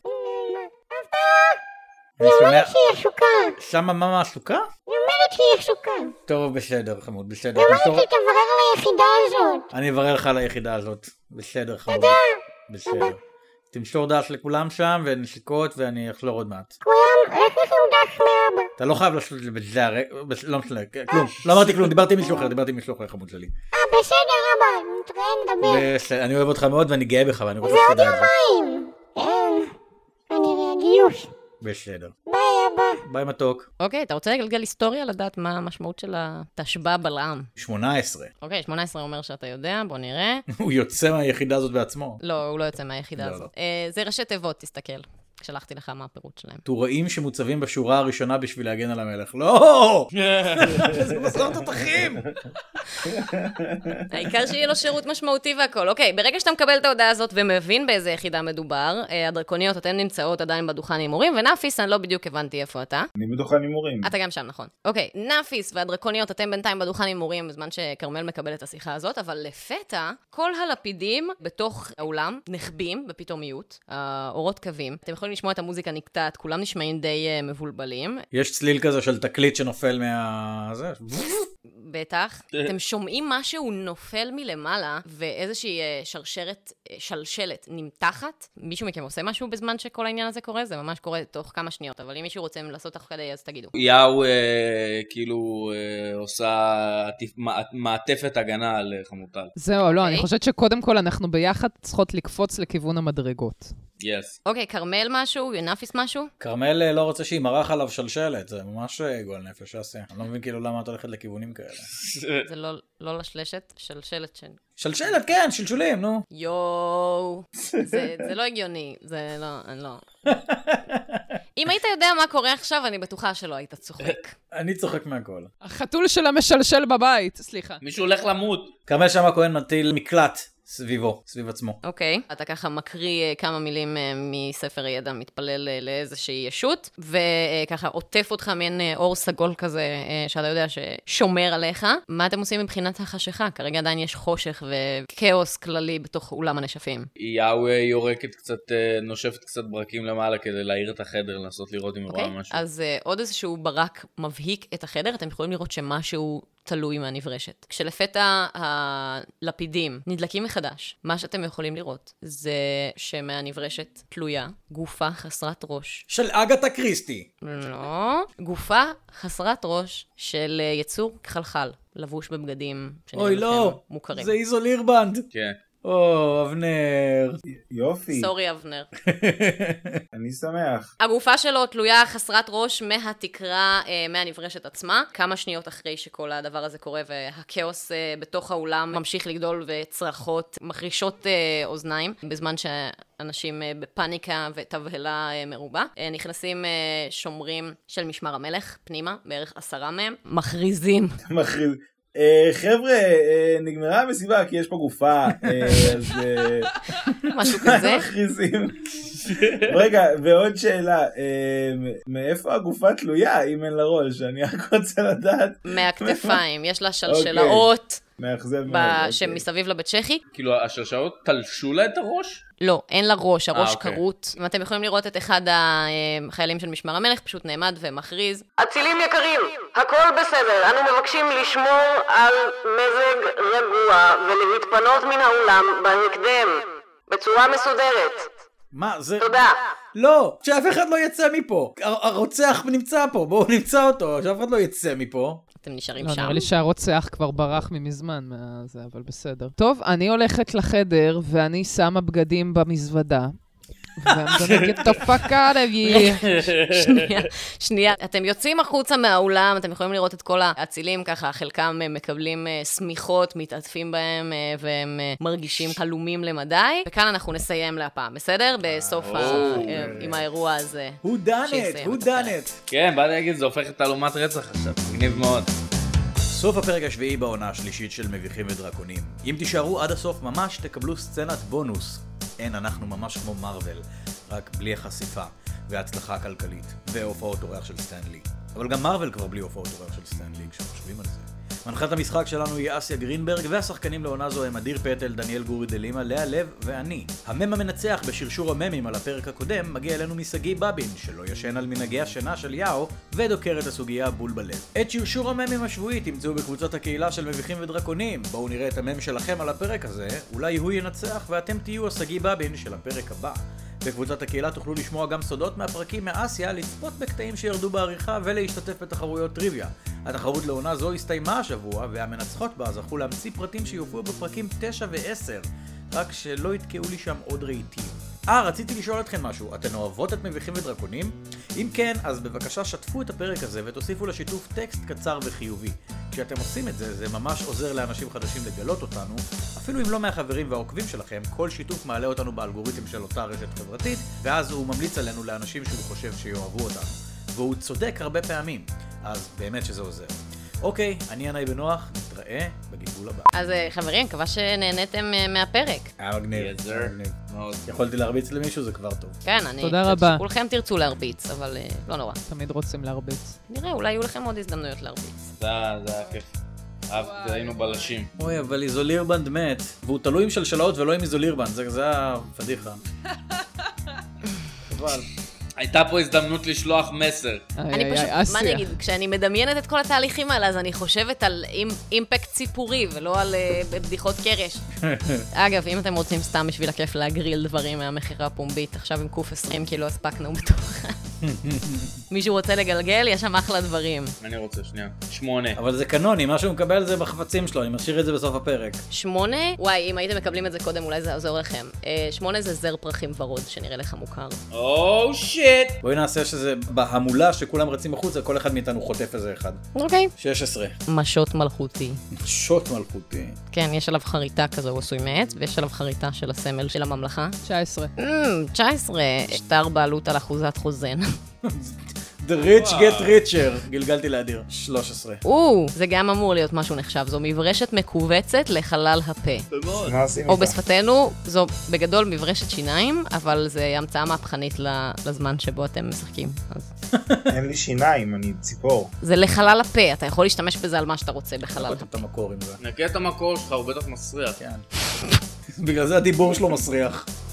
היא אומרת שהיא עסוקה. שמה מאמה עסוקה? היא אומרת שהיא עסוקה. טוב, בסדר, חמוד, בסדר. היא אומרת תמסור- שהיא תברר על היחידה הזאת. אני אברר לך על היחידה הזאת. בסדר, חמוד. תודה. בסדר. תמסור דש לכולם שם, ונשיקות, ואני אחזור עוד מעט. כולם, איך לכם דש מאבא? אתה לא חייב לעשות את זה בזה הרגע, לא משנה, כלום. לא אמרתי כלום, דיברתי עם מישהו אחר, דיברתי עם מישהו אחר, חמוד שלי. אה, בסדר אבא, נתראה נדבר. בסדר, אני אוהב אותך מאוד ואני גאה בך, ואני רוצה זה עוד שתדע את זה. יומיים. כן, כנראה גיוס. בסדר. ביי אבא. ביי מתוק. אוקיי, אתה רוצה לגלגל היסטוריה לדעת מה המשמעות של התשב"ע בלעם? שמונה עשרה. אוקיי, שמונה עשרה אומר שאתה יודע, בוא נראה. הוא יוצא מהיחידה הזאת בעצמו. לא, הוא לא יוצא מהיחידה לא, הזאת. לא. אה, זה ראשי תיבות, תסתכל. שלחתי לך מה הפירוט שלהם. טוראים שמוצבים בשורה הראשונה בשביל להגן על המלך. לא! זה מסורת התחים! העיקר שיהיה לו שירות משמעותי והכל. אוקיי, ברגע שאתה מקבל את ההודעה הזאת ומבין באיזה יחידה מדובר, אה, הדרקוניות, אתן נמצאות עדיין בדוכן הימורים, ונאפיס, אני לא בדיוק הבנתי איפה אתה. אני בדוכן הימורים. אתה גם שם, נכון. אוקיי, נאפיס והדרקוניות, אתם בינתיים בדוכן הימורים בזמן שקרמל מקבל את השיחה הזאת, אבל לפתע, כל הלפידים בתוך האולם נחבים בפתאומיות, האורות קווים. אתם יכולים לשמוע את המוזיקה נקטעת, כולם נשמעים די uh, מבולבלים. יש צליל כזה של תקליט שנופל מה... זה? בטח. אתם שומעים משהו נופל מלמעלה, ואיזושהי uh, שרשרת, uh, שלשלת נמתחת. מישהו מכם עושה משהו בזמן שכל העניין הזה קורה? זה ממש קורה תוך כמה שניות, אבל אם מישהו רוצה לעשות תוך כדי, אז תגידו. יאו אה, כאילו אה, עושה עטיפ- מע- מעטפת הגנה על אה, חמוטל. זהו, לא, אני אוקיי. חושבת שקודם כל אנחנו ביחד צריכות לקפוץ לכיוון המדרגות. יס. אוקיי, קרמל משהו? נאפיס משהו? כרמל אה, לא רוצה שימרח עליו שלשלת, זה ממש אה, גועל נפש שעשה. אני לא מבין כאילו למה את הולכת לכיוונים כאלה. זה לא, לא לשלשת, שלשלת של... שלשלת, כן, שלשולים, נו. יואו, זה, זה לא הגיוני, זה לא, אני לא. אם היית יודע מה קורה עכשיו, אני בטוחה שלא היית צוחק. אני צוחק מהכל. החתול שלה משלשל בבית, סליחה. מישהו הולך למות. כרמל שם הכהן מטיל מקלט סביבו, סביב עצמו. אוקיי, אתה ככה מקריא אה, כמה מילים אה, מספר הידע, מתפלל אה, לאיזושהי ישות, וככה עוטף אותך מעין אה, אור סגול כזה, אה, שאתה יודע ששומר עליך. מה אתם עושים מבחינת החשיכה? כרגע עדיין יש חושך וכאוס כללי בתוך אולם הנשפים. יאו אה, יורקת קצת, אה, נושפת קצת ברקים למעלה כדי להאיר את החדר, לנסות לראות אם היא רואה אוקיי, משהו. אז אה, עוד איזשהו ברק מבהיק את החדר, אתם יכולים לראות שמשהו תלוי מהנברשת. כשלפתע הלפידים נדלקים מחדש, מה שאתם יכולים לראות זה שמהנברשת תלויה גופה חסרת ראש. של אגתה קריסטי. לא, גופה חסרת ראש של אה, יצור כחלחל, לבוש בבגדים שנראים אוי לכם לא, מוכרים. זה איזו לירבנד. כן. או, אבנר. יופי, סורי אבנר. אני שמח. הגופה שלו תלויה חסרת ראש מהתקרה, אה, מהנברשת עצמה, כמה שניות אחרי שכל הדבר הזה קורה, והכאוס אה, בתוך האולם ממשיך לגדול וצרחות, מחרישות אה, אוזניים, בזמן שאנשים אה, בפאניקה ותבהלה אה, מרובה. אה, נכנסים אה, שומרים של משמר המלך, פנימה, בערך עשרה מהם, מכריזים. מכריז. אה, חבר'ה, אה, נגמרה המסיבה כי יש פה גופה, אה, אז אה, משהו כזה. מכריזים. רגע, ועוד שאלה, אה, מאיפה הגופה תלויה אם אין לה ראש? אני רק רוצה לדעת. מהכתפיים, יש לה שלשלאות מאכזב מאוד. ב- אוקיי. שמסביב לה בצ'כי. כאילו השלשלות תלשו לה את הראש? לא, אין לה ראש, הראש אה, אוקיי. כרות. אם אתם יכולים לראות את אחד החיילים של משמר המלך, פשוט נעמד ומכריז. אצילים יקרים, הכל בסדר, אנו מבקשים לשמור על מזג רגוע ולהתפנות מן האולם בהקדם, בצורה מסודרת. מה, זה... תודה. לא, שאף אחד לא יצא מפה. הר- הרוצח נמצא פה, בואו נמצא אותו, שאף אחד לא יצא מפה. אתם נשארים לא, שם. נראה לי שהרוצח כבר ברח ממזמן מהזה, אבל בסדר. טוב, אני הולכת לחדר, ואני שמה בגדים במזוודה. ואני גonna get the fuck out of here. שנייה, שנייה. אתם יוצאים החוצה מהאולם, אתם יכולים לראות את כל האצילים ככה, חלקם אה, מקבלים אה, סמיכות, מתעטפים בהם, אה, והם אה, מרגישים חלומים למדי. וכאן אנחנו נסיים להפעם, בסדר? בסוף ה... אה, עם האירוע הזה. Who done it? שיסיים Who את done הפרק. it? כן, באתי להגיד, זה הופך את תעלומת רצח עכשיו. מגניב מאוד. סוף הפרק השביעי בעונה השלישית של מביכים ודרקונים. אם תישארו עד הסוף ממש תקבלו סצנת בונוס. אין, אנחנו ממש כמו מרוול, רק בלי החשיפה וההצלחה הכלכלית והופעות אורח של סטנלי. אבל גם מרוול כבר בלי הופעות אורח של סטנלי כשחושבים על זה. מנחת המשחק שלנו היא אסיה גרינברג, והשחקנים לעונה זו הם אדיר פטל, דניאל גורי דלימה, לאה לב ואני. המם המנצח בשרשור הממים על הפרק הקודם מגיע אלינו מסגי בבין, שלא ישן על מנהגי השינה של יאו ודוקר את הסוגיה בול בלב. את שרשור הממים השבועי תמצאו בקבוצת הקהילה של מביכים ודרקונים. בואו נראה את המם שלכם על הפרק הזה, אולי הוא ינצח ואתם תהיו הסגי בבין של הפרק הבא. בקבוצת הקהילה תוכלו לשמוע גם סודות מהפרקים מאסיה, לצפות בקטעים שירדו בעריכה ולהשתתף בתחרויות טריוויה. התחרות לעונה זו הסתיימה השבוע, והמנצחות בה זכו להמציא פרטים שיופיעו בפרקים תשע ועשר, רק שלא יתקעו לי שם עוד רהיטים. אה, רציתי לשאול אתכם משהו, אתן אוהבות את מביכים ודרקונים? אם כן, אז בבקשה שתפו את הפרק הזה ותוסיפו לשיתוף טקסט קצר וחיובי. כשאתם עושים את זה, זה ממש עוזר לאנשים חדשים לגלות אותנו, אפילו אם לא מהחברים והעוקבים שלכם, כל שיתוף מעלה אותנו באלגוריתם של אותה רשת חברתית, ואז הוא ממליץ עלינו לאנשים שהוא חושב שיאהבו אותנו. והוא צודק הרבה פעמים, אז באמת שזה עוזר. אוקיי, אני ינאי בנוח, נתראה בגלגול הבא. אז חברים, מקווה שנהנתם מהפרק. היה מגניב. Yes, sir. מאוד. יכולתי להרביץ למישהו, זה כבר טוב. כן, אני... תודה רבה. כולכם תרצו להרביץ, אבל לא נורא. תמיד רוצים להרביץ. נראה, אולי יהיו לכם עוד הזדמנויות להרביץ. זה זה היה כיף. אהבתי, היינו בלשים. אוי, אבל איזולירבנד מת, והוא תלוי עם שלשלות ולא עם איזולירבנד, זה זה הפדיחה. אבל... הייתה פה הזדמנות לשלוח מסר. אני פשוט, מה אני אגיד, כשאני מדמיינת את כל התהליכים האלה, אז אני חושבת על אימפקט סיפורי, ולא על בדיחות קרש. אגב, אם אתם רוצים סתם בשביל הכיף להגריל דברים מהמחירה הפומבית, עכשיו עם קוף עשרים קילו הספקנו בתוכה. מישהו רוצה לגלגל, יש שם אחלה דברים. אני רוצה, שנייה. שמונה. אבל זה קנוני, מה שהוא מקבל זה בחפצים שלו, אני משאיר את זה בסוף הפרק. שמונה? וואי, אם הייתם מקבלים את זה קודם, אולי זה עוזר לכם. שמונה זה זר פרחים ורוד, שנראה לך מוכר. או שיט! בואי נעשה שזה בהמולה שכולם רצים החוצה, כל אחד מאיתנו חוטף איזה אחד. אוקיי. שש עשרה. משות מלכותי. משות מלכותי. כן, יש עליו חריטה כזו, הוא עשוי מעץ, ויש עליו חריטה של הסמל של הממלכה. תשע עשרה. תשע עשרה. שטר בעלות על אחוזת חוזן. The rich get richer. גלגלתי לאדיר. שלוש עשרה. או, זה גם אמור להיות משהו נחשב. זו מברשת מקובצת לחלל הפה. או בשפתנו, זו בגדול מברשת שיניים, אבל זה המצאה מהפכנית לזמן שבו אתם משחקים. אין לי שיניים, אני ציפור. זה לחלל הפה, אתה יכול להשתמש בזה על מה שאתה רוצה בחלל הפה. נקוט את המקור עם זה. נקה את המקור שלך, הוא בטח מסריח. כן. בגלל זה הדיבור שלו מסריח.